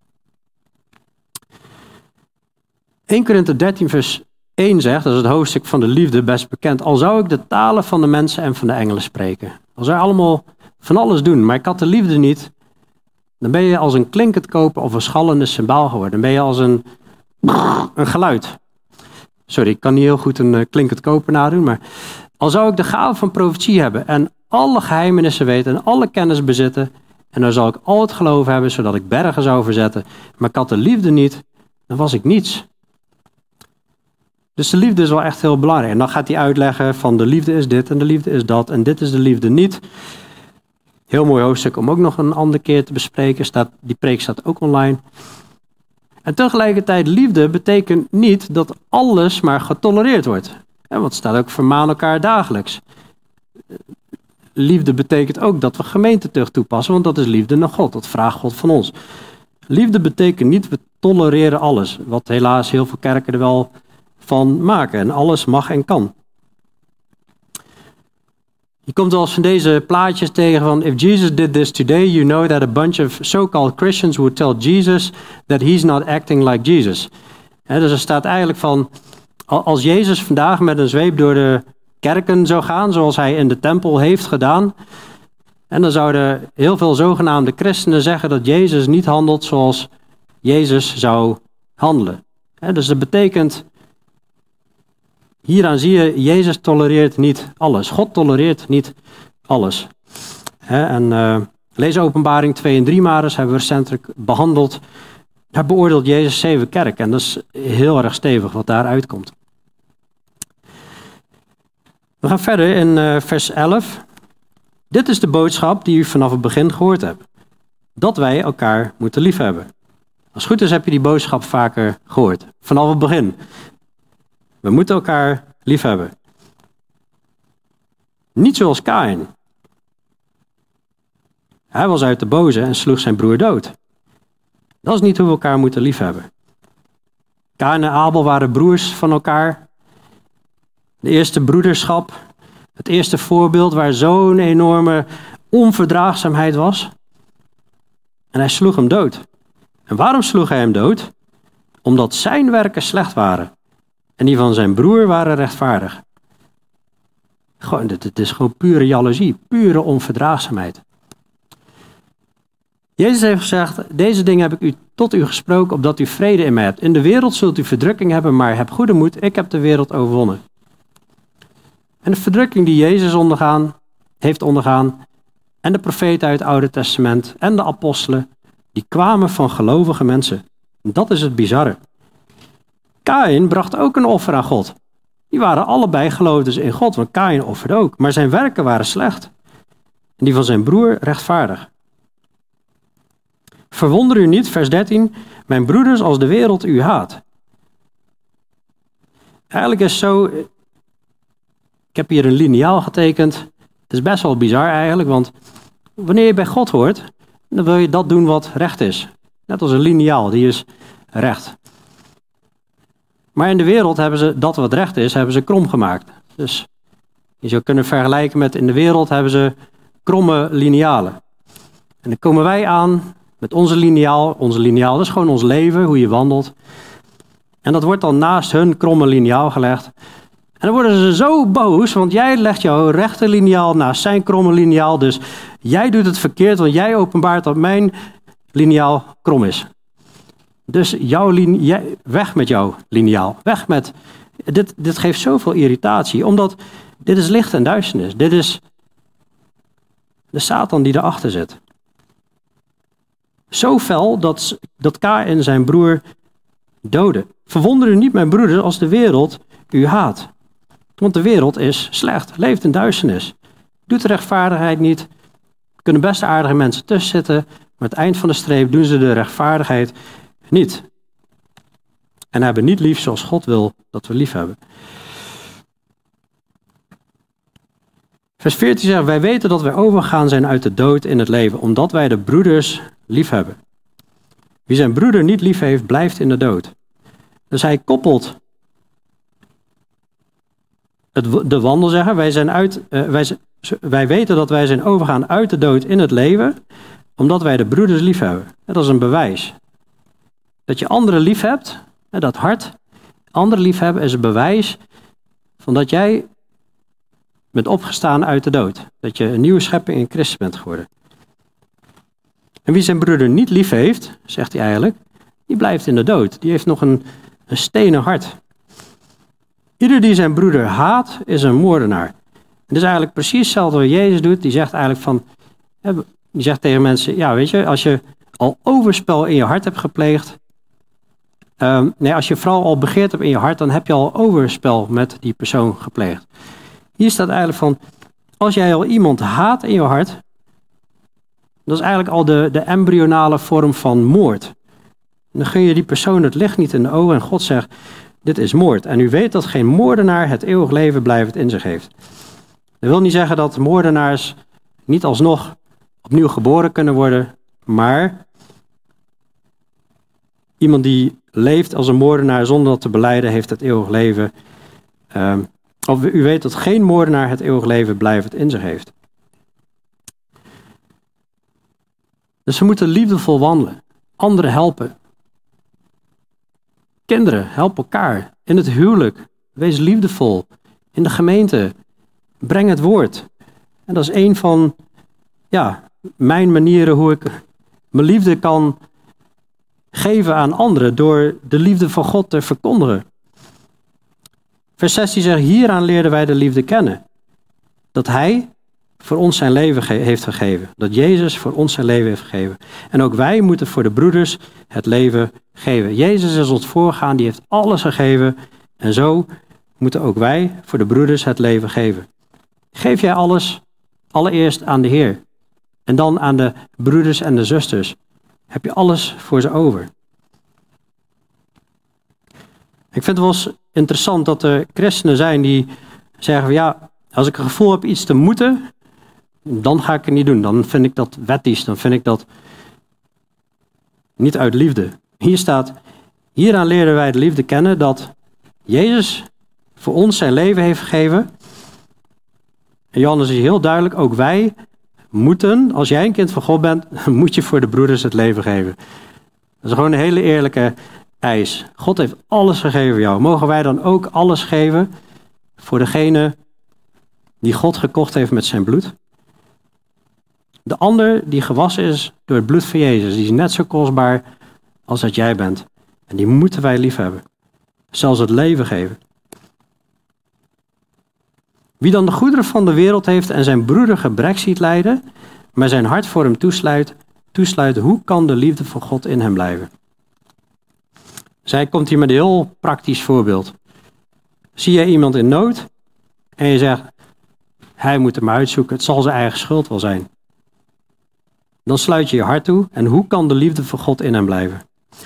Eerste Korinthe dertien vers één zegt, dat is het hoofdstuk van de liefde, best bekend. Al zou ik de talen van de mensen en van de engelen spreken. Al zou je allemaal van alles doen, maar ik had de liefde niet. Dan ben je als een klinkend koper of een schallende cymbaal geworden. Dan ben je als een, een geluid. Sorry, ik kan niet heel goed een klinkend koper nadoen, maar al zou ik de gave van profetie hebben en alle geheimenissen weten en alle kennis bezitten, en dan zal ik al het geloof hebben, zodat ik bergen zou verzetten, maar ik had de liefde niet, dan was ik niets. Dus de liefde is wel echt heel belangrijk. En dan gaat hij uitleggen van de liefde is dit en de liefde is dat en dit is de liefde niet. Heel mooi hoofdstuk om ook nog een andere keer te bespreken. Staat, die preek staat ook online. En tegelijkertijd, liefde betekent niet dat alles maar getolereerd wordt. Want het staat ook vermaan elkaar dagelijks. Liefde betekent ook dat we gemeentetucht toepassen, want dat is liefde naar God. Dat vraagt God van ons. Liefde betekent niet, we tolereren alles. Wat helaas heel veel kerken er wel van maken. En alles mag en kan. Je komt wel eens van deze plaatjes tegen van, if Jesus did this today, you know that a bunch of so-called Christians would tell Jesus that he's not acting like Jesus. He, dus er staat eigenlijk van, als Jezus vandaag met een zweep door de kerken zou gaan, zoals hij in de tempel heeft gedaan, en dan zouden heel veel zogenaamde christenen zeggen dat Jezus niet handelt zoals Jezus zou handelen. He, dus dat betekent, hieraan zie je, Jezus tolereert niet alles. God tolereert niet alles. He, en uh, lees Openbaring twee en drie maar eens, hebben we recentelijk behandeld. Daar beoordeelt Jezus zeven kerken. En dat is heel erg stevig wat daaruit komt. We gaan verder in uh, vers elf. Dit is de boodschap die u vanaf het begin gehoord hebt. Dat wij elkaar moeten liefhebben. Als het goed is heb je die boodschap vaker gehoord. Vanaf het begin. We moeten elkaar liefhebben. Niet zoals Kaïn. Hij was uit de boze en sloeg zijn broer dood. Dat is niet hoe we elkaar moeten liefhebben. Kaïn en Abel waren broers van elkaar. De eerste broederschap, Het eerste voorbeeld waar zo'n enorme onverdraagzaamheid was. En hij sloeg hem dood. En waarom sloeg hij hem dood? Omdat zijn werken slecht waren. En die van zijn broer waren rechtvaardig. Gewoon, het is gewoon pure jaloezie, pure onverdraagzaamheid. Jezus heeft gezegd, deze dingen heb ik u tot u gesproken, opdat u vrede in mij hebt. In de wereld zult u verdrukking hebben, maar heb goede moed, ik heb de wereld overwonnen. En de verdrukking die Jezus ondergaan, heeft ondergaan, en de profeten uit het Oude Testament en de apostelen, die kwamen van gelovige mensen. En dat is het bizarre. Kaïn bracht ook een offer aan God. Die waren allebei geloofden in God, want Kaïn offerde ook. Maar zijn werken waren slecht. En die van zijn broer rechtvaardig. Verwonder u niet, vers dertien, mijn broeders, als de wereld u haat. Eigenlijk is het zo, ik heb hier een liniaal getekend. Het is best wel bizar eigenlijk, want wanneer je bij God hoort, dan wil je dat doen wat recht is. Net als een liniaal, die is recht. Maar in de wereld hebben ze dat wat recht is, hebben ze krom gemaakt. Dus je zou kunnen vergelijken met in de wereld hebben ze kromme linealen. En dan komen wij aan met onze liniaal. Onze liniaal, dat is gewoon ons leven, hoe je wandelt. En dat wordt dan naast hun kromme liniaal gelegd. En dan worden ze zo boos, want jij legt jouw rechte liniaal naast zijn kromme liniaal. Dus jij doet het verkeerd, want jij openbaart dat mijn liniaal krom is. Dus jouw linia- weg met jouw liniaal. Weg met... Dit, dit geeft zoveel irritatie, omdat dit is licht en duisternis. Dit is de Satan die erachter zit. Zo fel dat, dat Kaïn zijn broer doodde. Verwonder u niet, mijn broeders, als de wereld u haat. Want de wereld is slecht, leeft in duisternis. Doet de rechtvaardigheid niet. Er kunnen best aardige mensen tussen zitten, maar aan het eind van de streep doen ze de rechtvaardigheid niet. En hebben niet lief zoals God wil dat we lief hebben. Vers veertien zegt, wij weten dat wij overgegaan zijn uit de dood in het leven, omdat wij de broeders lief hebben. Wie zijn broeder niet lief heeft, blijft in de dood. Dus hij koppelt het, de wandel zeggen, wij, zijn uit, uh, wij, wij weten dat wij zijn overgegaan uit de dood in het leven, omdat wij de broeders lief hebben. Dat is een bewijs. Dat je anderen lief hebt, dat hart, anderen lief hebben is een bewijs van dat jij bent opgestaan uit de dood. Dat je een nieuwe schepping in Christus bent geworden. En wie zijn broeder niet lief heeft, zegt hij eigenlijk, die blijft in de dood. Die heeft nog een, een stenen hart. Ieder die zijn broeder haat, is een moordenaar. En dat is eigenlijk precies hetzelfde wat Jezus doet. Die zegt eigenlijk van, die zegt tegen mensen, ja weet je, als je al overspel in je hart hebt gepleegd, um, nee, als je vooral al begeerd hebt in je hart, dan heb je al overspel met die persoon gepleegd. Hier staat eigenlijk van, als jij al iemand haat in je hart, dat is eigenlijk al de, de embryonale vorm van moord. Dan gun je die persoon het licht niet in de ogen en God zegt, dit is moord. En u weet dat geen moordenaar het eeuwig leven blijvend in zich heeft. Dat wil niet zeggen dat moordenaars niet alsnog opnieuw geboren kunnen worden, maar iemand die leeft als een moordenaar zonder dat te belijden, heeft het eeuwig leven. Um, of u weet dat geen moordenaar het eeuwig leven blijvend in zich heeft. Dus we moeten liefdevol wandelen, anderen helpen. Kinderen, help elkaar. In het huwelijk, wees liefdevol. In de gemeente, breng het woord. En dat is een van ja, mijn manieren hoe ik mijn liefde kan geven aan anderen door de liefde van God te verkondigen. Vers zestien zegt, hieraan leerden wij de liefde kennen. Dat hij voor ons zijn leven ge- heeft gegeven. Dat Jezus voor ons zijn leven heeft gegeven. En ook wij moeten voor de broeders het leven geven. Jezus is ons voorgaan, die heeft alles gegeven. En zo moeten ook wij voor de broeders het leven geven. Geef jij alles allereerst aan de Heer. En dan aan de broeders en de zusters. Heb je alles voor ze over. Ik vind het wel eens interessant dat er christenen zijn die zeggen van ja, als ik het gevoel heb iets te moeten, dan ga ik het niet doen. Dan vind ik dat wettisch, dan vind ik dat niet uit liefde. Hier staat, hieraan leren wij de liefde kennen dat Jezus voor ons zijn leven heeft gegeven. En Johannes is heel duidelijk, ook wij moeten, als jij een kind van God bent, moet je voor de broeders het leven geven. Dat is gewoon een hele eerlijke eis. God heeft alles gegeven voor jou. Mogen wij dan ook alles geven voor degene die God gekocht heeft met zijn bloed? De ander die gewassen is door het bloed van Jezus, die is net zo kostbaar als dat jij bent. En die moeten wij lief hebben. Zelfs het leven geven. Wie dan de goederen van de wereld heeft en zijn broeder gebrek ziet lijden, maar zijn hart voor hem toesluit, toesluit, hoe kan de liefde van God in hem blijven? Zij komt hier met een heel praktisch voorbeeld. Zie jij iemand in nood en je zegt, hij moet hem uitzoeken, het zal zijn eigen schuld wel zijn. Dan sluit je je hart toe en hoe kan de liefde van God in hem blijven?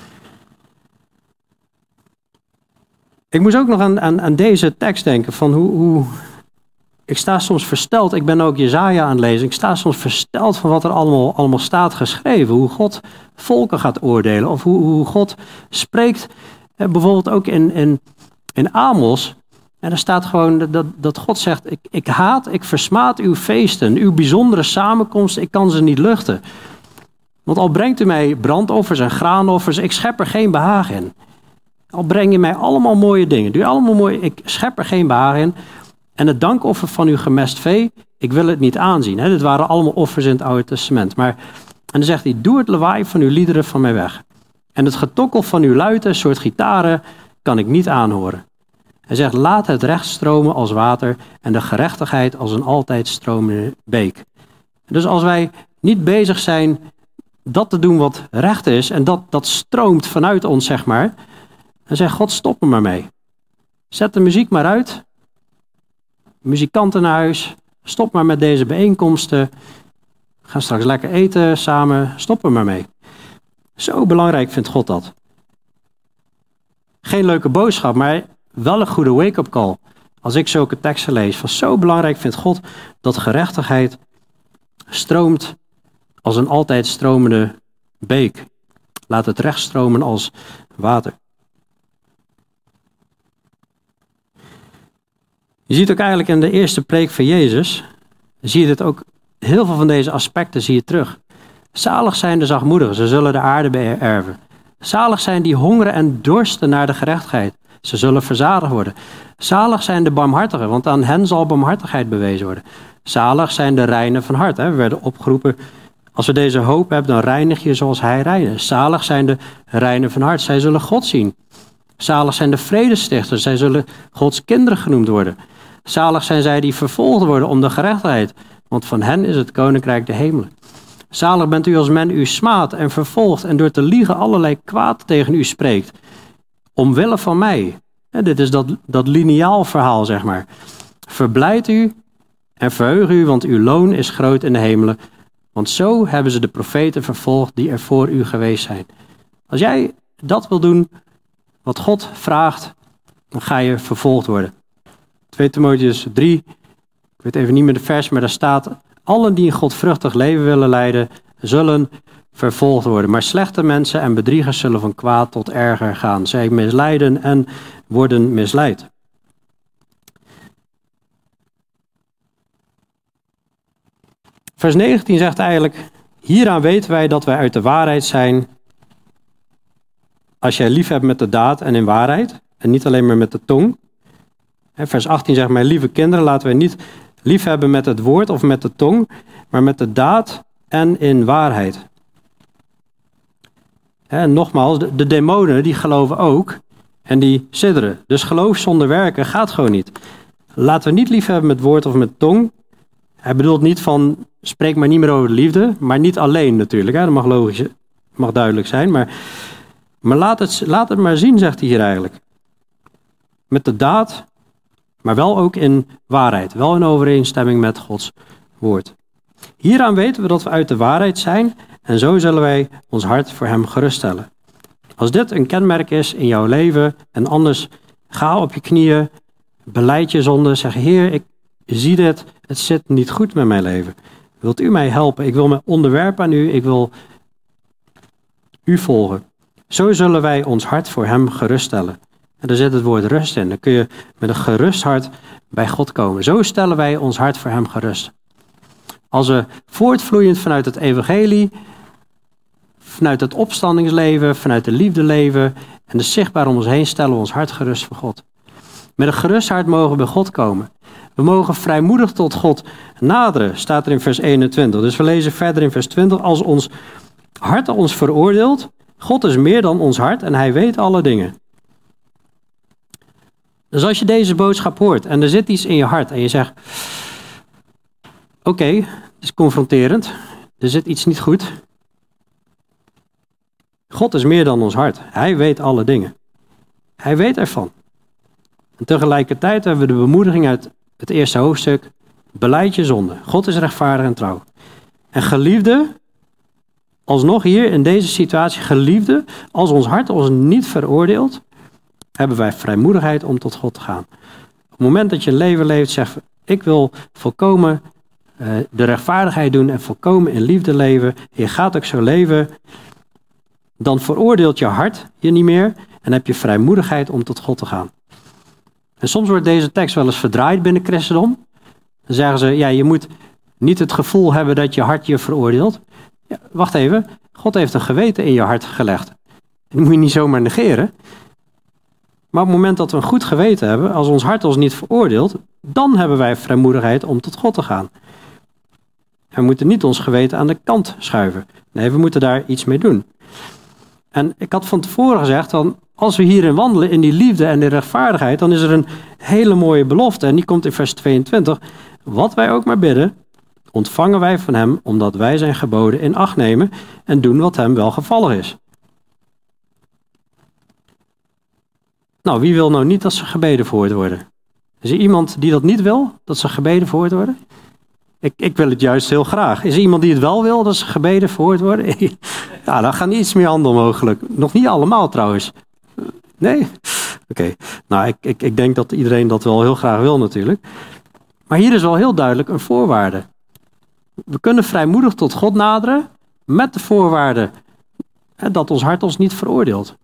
Ik moest ook nog aan, aan, aan deze tekst denken van hoe, hoe... Ik sta soms versteld, ik ben ook Jesaja aan het lezen, ik sta soms versteld van wat er allemaal, allemaal staat geschreven. Hoe God volken gaat oordelen of hoe, hoe God spreekt, eh, bijvoorbeeld ook in, in, in Amos. En er staat gewoon dat, dat God zegt, ik, ik haat, ik versmaad uw feesten, uw bijzondere samenkomsten, ik kan ze niet luchten. Want al brengt u mij brandoffers en graanoffers, ik schep er geen behagen in. Al breng je mij allemaal mooie dingen, doe je allemaal mooi, ik schep er geen behagen in. En het dankoffer van uw gemest vee, ik wil het niet aanzien. Hè? Dit waren allemaal offers in het Oude Testament. Maar, en dan zegt hij, doe het lawaai van uw liederen van mij weg. En het getokkel van uw luiten, soort gitaren, kan ik niet aanhoren. Hij zegt, laat het recht stromen als water en de gerechtigheid als een altijd stromende beek. Dus als wij niet bezig zijn dat te doen wat recht is, en dat, dat stroomt vanuit ons, zeg maar, dan zegt God, stop er maar mee. Zet de muziek maar uit. Muzikanten naar huis, stop maar met deze bijeenkomsten. We gaan straks lekker eten samen, stop er maar mee. Zo belangrijk vindt God dat. Geen leuke boodschap, maar wel een goede wake-up call. Als ik zulke teksten lees, van zo belangrijk vindt God dat gerechtigheid stroomt als een altijd stromende beek. Laat het recht stromen als water. Je ziet ook eigenlijk in de eerste preek van Jezus, zie je dit ook, heel veel van deze aspecten zie je terug. Zalig zijn de zachtmoedigen, ze zullen de aarde beërven. Zalig zijn die hongeren en dorsten naar de gerechtigheid, ze zullen verzadigd worden. Zalig zijn de barmhartigen, want aan hen zal barmhartigheid bewezen worden. Zalig zijn de reinen van hart. Hè? We werden opgeroepen, als we deze hoop hebben, dan reinig je zoals hij reinigt. Zalig zijn de reinen van hart, zij zullen God zien. Zalig zijn de vredestichters, zij zullen Gods kinderen genoemd worden. Zalig zijn zij die vervolgd worden om de gerechtigheid, want van hen is het koninkrijk de hemelen. Zalig bent u als men u smaadt en vervolgt en door te liegen allerlei kwaad tegen u spreekt. Omwille van mij. En dit is dat, dat lineaal verhaal, zeg maar. Verblijd u en verheug u, want uw loon is groot in de hemelen. Want zo hebben ze de profeten vervolgd die er voor u geweest zijn. Als jij dat wil doen, wat God vraagt, dan ga je vervolgd worden. twee Timotheüs drie, ik weet even niet meer de vers, maar daar staat, allen die een godvruchtig leven willen leiden, zullen vervolgd worden. Maar slechte mensen en bedriegers zullen van kwaad tot erger gaan. Zij misleiden en worden misleid. Vers negentien zegt eigenlijk, hieraan weten wij dat wij uit de waarheid zijn, als jij lief hebt met de daad en in waarheid, en niet alleen maar met de tong. Vers achttien zegt, mijn lieve kinderen, laten wij niet lief hebben met het woord of met de tong, maar met de daad en in waarheid. En nogmaals, de, de demonen die geloven ook en die sidderen. Dus geloof zonder werken gaat gewoon niet. Laten we niet lief hebben met woord of met tong. Hij bedoelt niet van, spreek maar niet meer over de liefde, maar niet alleen natuurlijk. Hè? Dat mag logisch, mag duidelijk zijn, maar, maar laat, het, laat het maar zien, zegt hij hier eigenlijk. Met de daad, maar wel ook in waarheid. Wel in overeenstemming met Gods woord. Hieraan weten we dat we uit de waarheid zijn en zo zullen wij ons hart voor hem geruststellen. Als dit een kenmerk is in jouw leven en anders, ga op je knieën, belijd je zonde, zeg Heer, ik zie dit, het zit niet goed met mijn leven. Wilt u mij helpen? Ik wil me onderwerpen aan u, ik wil u volgen. Zo zullen wij ons hart voor hem geruststellen. En daar zit het woord rust in. Dan kun je met een gerust hart bij God komen. Zo stellen wij ons hart voor hem gerust. Als we voortvloeiend vanuit het evangelie, vanuit het opstandingsleven, vanuit de liefde leven en de zichtbaar om ons heen stellen we ons hart gerust voor God. Met een gerust hart mogen we bij God komen. We mogen vrijmoedig tot God naderen, staat er in vers eenentwintig. Dus we lezen verder in vers twintig. Als ons hart ons veroordeelt, God is meer dan ons hart en hij weet alle dingen. Dus als je deze boodschap hoort en er zit iets in je hart en je zegt, oké, okay, het is confronterend, er zit iets niet goed. God is meer dan ons hart. Hij weet alle dingen. Hij weet ervan. En tegelijkertijd hebben we de bemoediging uit het eerste hoofdstuk, belijd je zonde. God is rechtvaardig en trouw. En geliefde, alsnog hier in deze situatie, geliefde, als ons hart ons niet veroordeelt, hebben wij vrijmoedigheid om tot God te gaan. Op het moment dat je een leven leeft, zeg ik wil volkomen uh, de rechtvaardigheid doen en volkomen in liefde leven. Je gaat ook zo leven. Dan veroordeelt je hart je niet meer en heb je vrijmoedigheid om tot God te gaan. En soms wordt deze tekst wel eens verdraaid binnen christendom. Dan zeggen ze, ja, je moet niet het gevoel hebben dat je hart je veroordeelt. Ja, wacht even, God heeft een geweten in je hart gelegd. Dat moet je niet zomaar negeren. Maar op het moment dat we een goed geweten hebben, als ons hart ons niet veroordeelt, dan hebben wij vrijmoedigheid om tot God te gaan. En we moeten niet ons geweten aan de kant schuiven. Nee, we moeten daar iets mee doen. En ik had van tevoren gezegd, dan, als we hierin wandelen, in die liefde en de rechtvaardigheid, dan is er een hele mooie belofte. En die komt in vers tweeëntwintig. Wat wij ook maar bidden, ontvangen wij van hem, omdat wij zijn geboden in acht nemen en doen wat hem welgevallig is. Nou, wie wil nou niet dat zijn gebeden verhoord worden? Is er iemand die dat niet wil, dat zijn gebeden verhoord worden? Ik, ik wil het juist heel graag. Is er iemand die het wel wil, dat zijn gebeden verhoord worden? Ja, dan gaan iets meer handen mogelijk. Nog niet allemaal trouwens. Nee? Oké. Okay. Nou, ik, ik, ik denk dat iedereen dat wel heel graag wil natuurlijk. Maar hier is wel heel duidelijk een voorwaarde. We kunnen vrijmoedig tot God naderen met de voorwaarde hè, dat ons hart ons niet veroordeelt.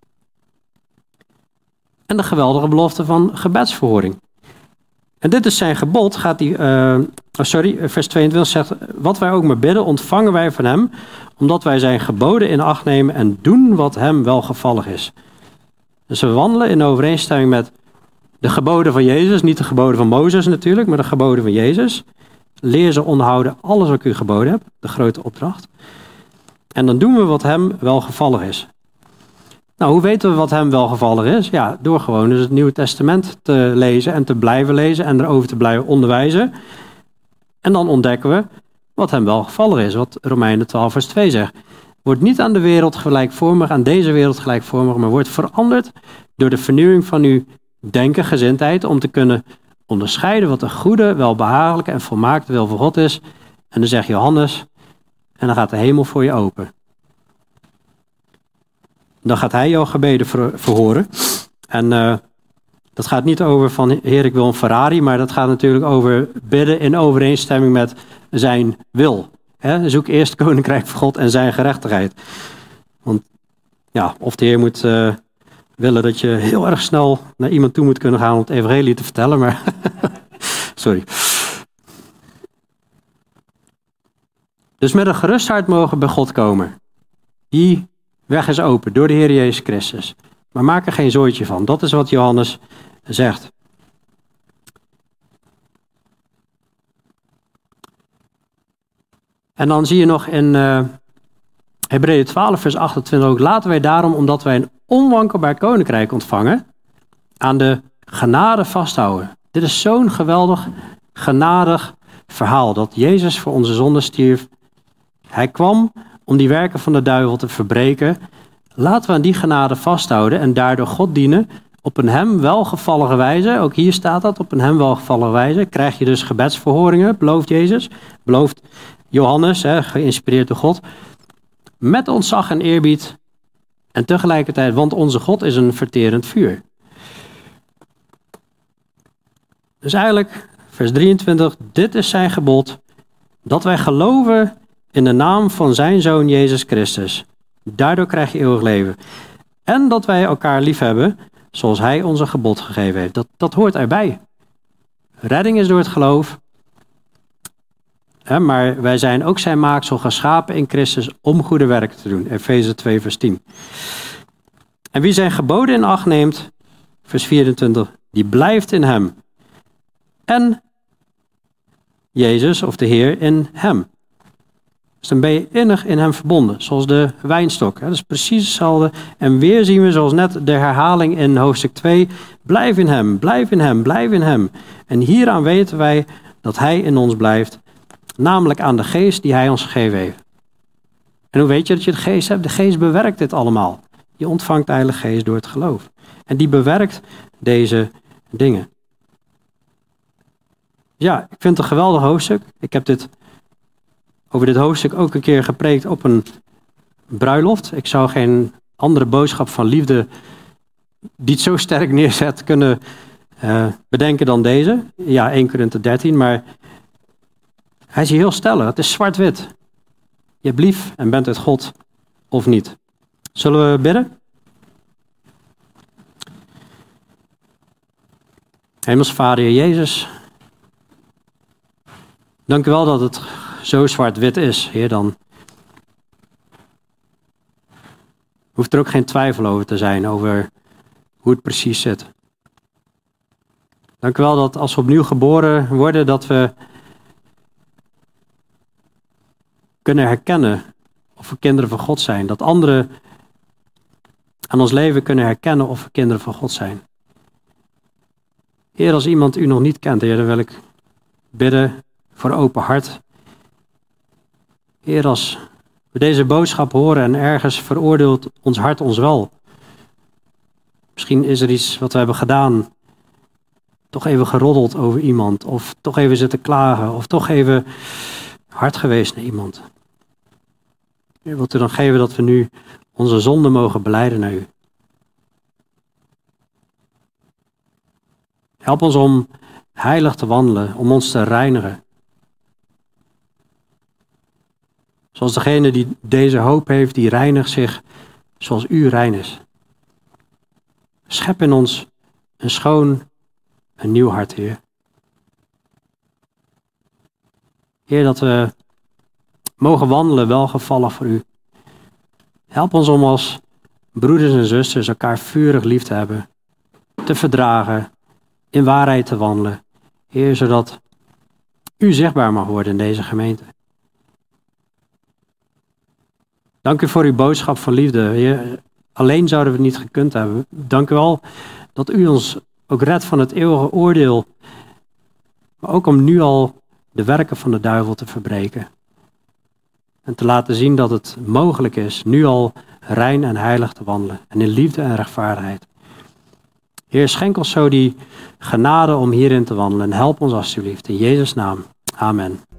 En de geweldige belofte van gebedsverhoring. En dit is zijn gebod, gaat die, uh, oh sorry, vers tweeëntwintig zegt, wat wij ook maar bidden, ontvangen wij van hem, omdat wij zijn geboden in acht nemen en doen wat hem welgevallig is. Dus we wandelen in overeenstemming met de geboden van Jezus, niet de geboden van Mozes natuurlijk, maar de geboden van Jezus. Leer ze onderhouden alles wat ik u geboden heb, de grote opdracht. En dan doen we wat hem welgevallig is. Nou, hoe weten we wat hem welgevallig is? Ja, door gewoon dus het Nieuwe Testament te lezen en te blijven lezen en erover te blijven onderwijzen. En dan ontdekken we wat hem welgevallig is, wat Romeinen twaalf vers twee zegt. Word niet aan de wereld gelijkvormig, aan deze wereld gelijkvormig, maar wordt veranderd door de vernieuwing van uw denken, gezindheid, om te kunnen onderscheiden wat de goede, welbehagelijke en volmaakte wil van God is. En dan zegt Johannes, en dan gaat de hemel voor je open. Dan gaat hij jouw gebeden ver, verhoren. En uh, dat gaat niet over van, Heer, ik wil een Ferrari, maar dat gaat natuurlijk over bidden in overeenstemming met zijn wil. He, zoek eerst het koninkrijk van God en zijn gerechtigheid. Want ja, of de Heer moet uh, willen dat je heel erg snel naar iemand toe moet kunnen gaan om het evangelie te vertellen, maar sorry. Dus met een gerust hart mogen we bij God komen. Die weg is open door de Heer Jezus Christus. Maar maak er geen zooitje van. Dat is wat Johannes zegt. En dan zie je nog in uh, Hebreeën twaalf vers achtentwintig ook. Laten wij daarom, omdat wij een onwankelbaar koninkrijk ontvangen, aan de genade vasthouden. Dit is zo'n geweldig, genadig verhaal. Dat Jezus voor onze zonde stierf. Hij kwam om die werken van de duivel te verbreken. Laten we aan die genade vasthouden en daardoor God dienen op een hem welgevallige wijze. Ook hier staat dat, op een hem welgevallige wijze. Krijg je dus gebedsverhoringen, belooft Jezus. Belooft Johannes, hè, geïnspireerd door God. Met ontzag en eerbied. En tegelijkertijd, want onze God is een verterend vuur. Dus eigenlijk, vers drieëntwintig, dit is zijn gebod. Dat wij geloven in de naam van zijn Zoon Jezus Christus. Daardoor krijg je eeuwig leven. En dat wij elkaar lief hebben, zoals hij ons een gebod gegeven heeft. Dat, dat hoort erbij. Redding is door het geloof. Hè, maar wij zijn ook zijn maaksel geschapen in Christus om goede werken te doen. Efeze twee vers tien. En wie zijn geboden in acht neemt, vers vierentwintig, die blijft in hem. En Jezus of de Heer in hem. Dus dan ben je innig in hem verbonden, zoals de wijnstok. Dat is precies hetzelfde. En weer zien we, zoals net de herhaling in hoofdstuk twee, blijf in hem, blijf in hem, blijf in hem. En hieraan weten wij dat hij in ons blijft, namelijk aan de geest die hij ons gegeven heeft. En hoe weet je dat je de geest hebt? De geest bewerkt dit allemaal. Je ontvangt de Heilige Geest door het geloof. En die bewerkt deze dingen. Ja, ik vind het een geweldig hoofdstuk. Ik heb dit, over dit hoofdstuk ook een keer gepreekt op een bruiloft. Ik zou geen andere boodschap van liefde die het zo sterk neerzet kunnen uh, bedenken dan deze. Ja, Eerste Korinthe dertien, maar hij is hier heel stellig. Het is zwart-wit. Je hebt lief en bent uit God of niet. Zullen we bidden? Hemelse Vader, Heer Jezus, dank u wel dat het zo zwart-wit is, Heer. Dan hoeft er ook geen twijfel over te zijn, over hoe het precies zit. Dank u wel dat als we opnieuw geboren worden, dat we kunnen herkennen of we kinderen van God zijn. Dat anderen aan ons leven kunnen herkennen of we kinderen van God zijn. Heer, als iemand u nog niet kent, Heer, dan wil ik bidden voor open hart. Heer, als we deze boodschap horen en ergens veroordeelt ons hart ons wel. Misschien is er iets wat we hebben gedaan, toch even geroddeld over iemand, of toch even zitten klagen, of toch even hard geweest naar iemand. Heer, wilt u dan geven dat we nu onze zonde mogen belijden naar u. Help ons om heilig te wandelen, om ons te reinigen. Zoals degene die deze hoop heeft, die reinigt zich zoals u rein is. Schep in ons een schoon, een nieuw hart, Heer. Heer, dat we mogen wandelen welgevallig voor u. Help ons om als broeders en zusters elkaar vurig lief te hebben, te verdragen, in waarheid te wandelen. Heer, zodat u zichtbaar mag worden in deze gemeente. Dank u voor uw boodschap van liefde. Heer, alleen zouden we het niet gekund hebben. Dank u wel dat u ons ook redt van het eeuwige oordeel. Maar ook om nu al de werken van de duivel te verbreken. En te laten zien dat het mogelijk is nu al rein en heilig te wandelen. En in liefde en rechtvaardigheid. Heer, schenk ons zo die genade om hierin te wandelen. En help ons alstublieft. In Jezus' naam. Amen.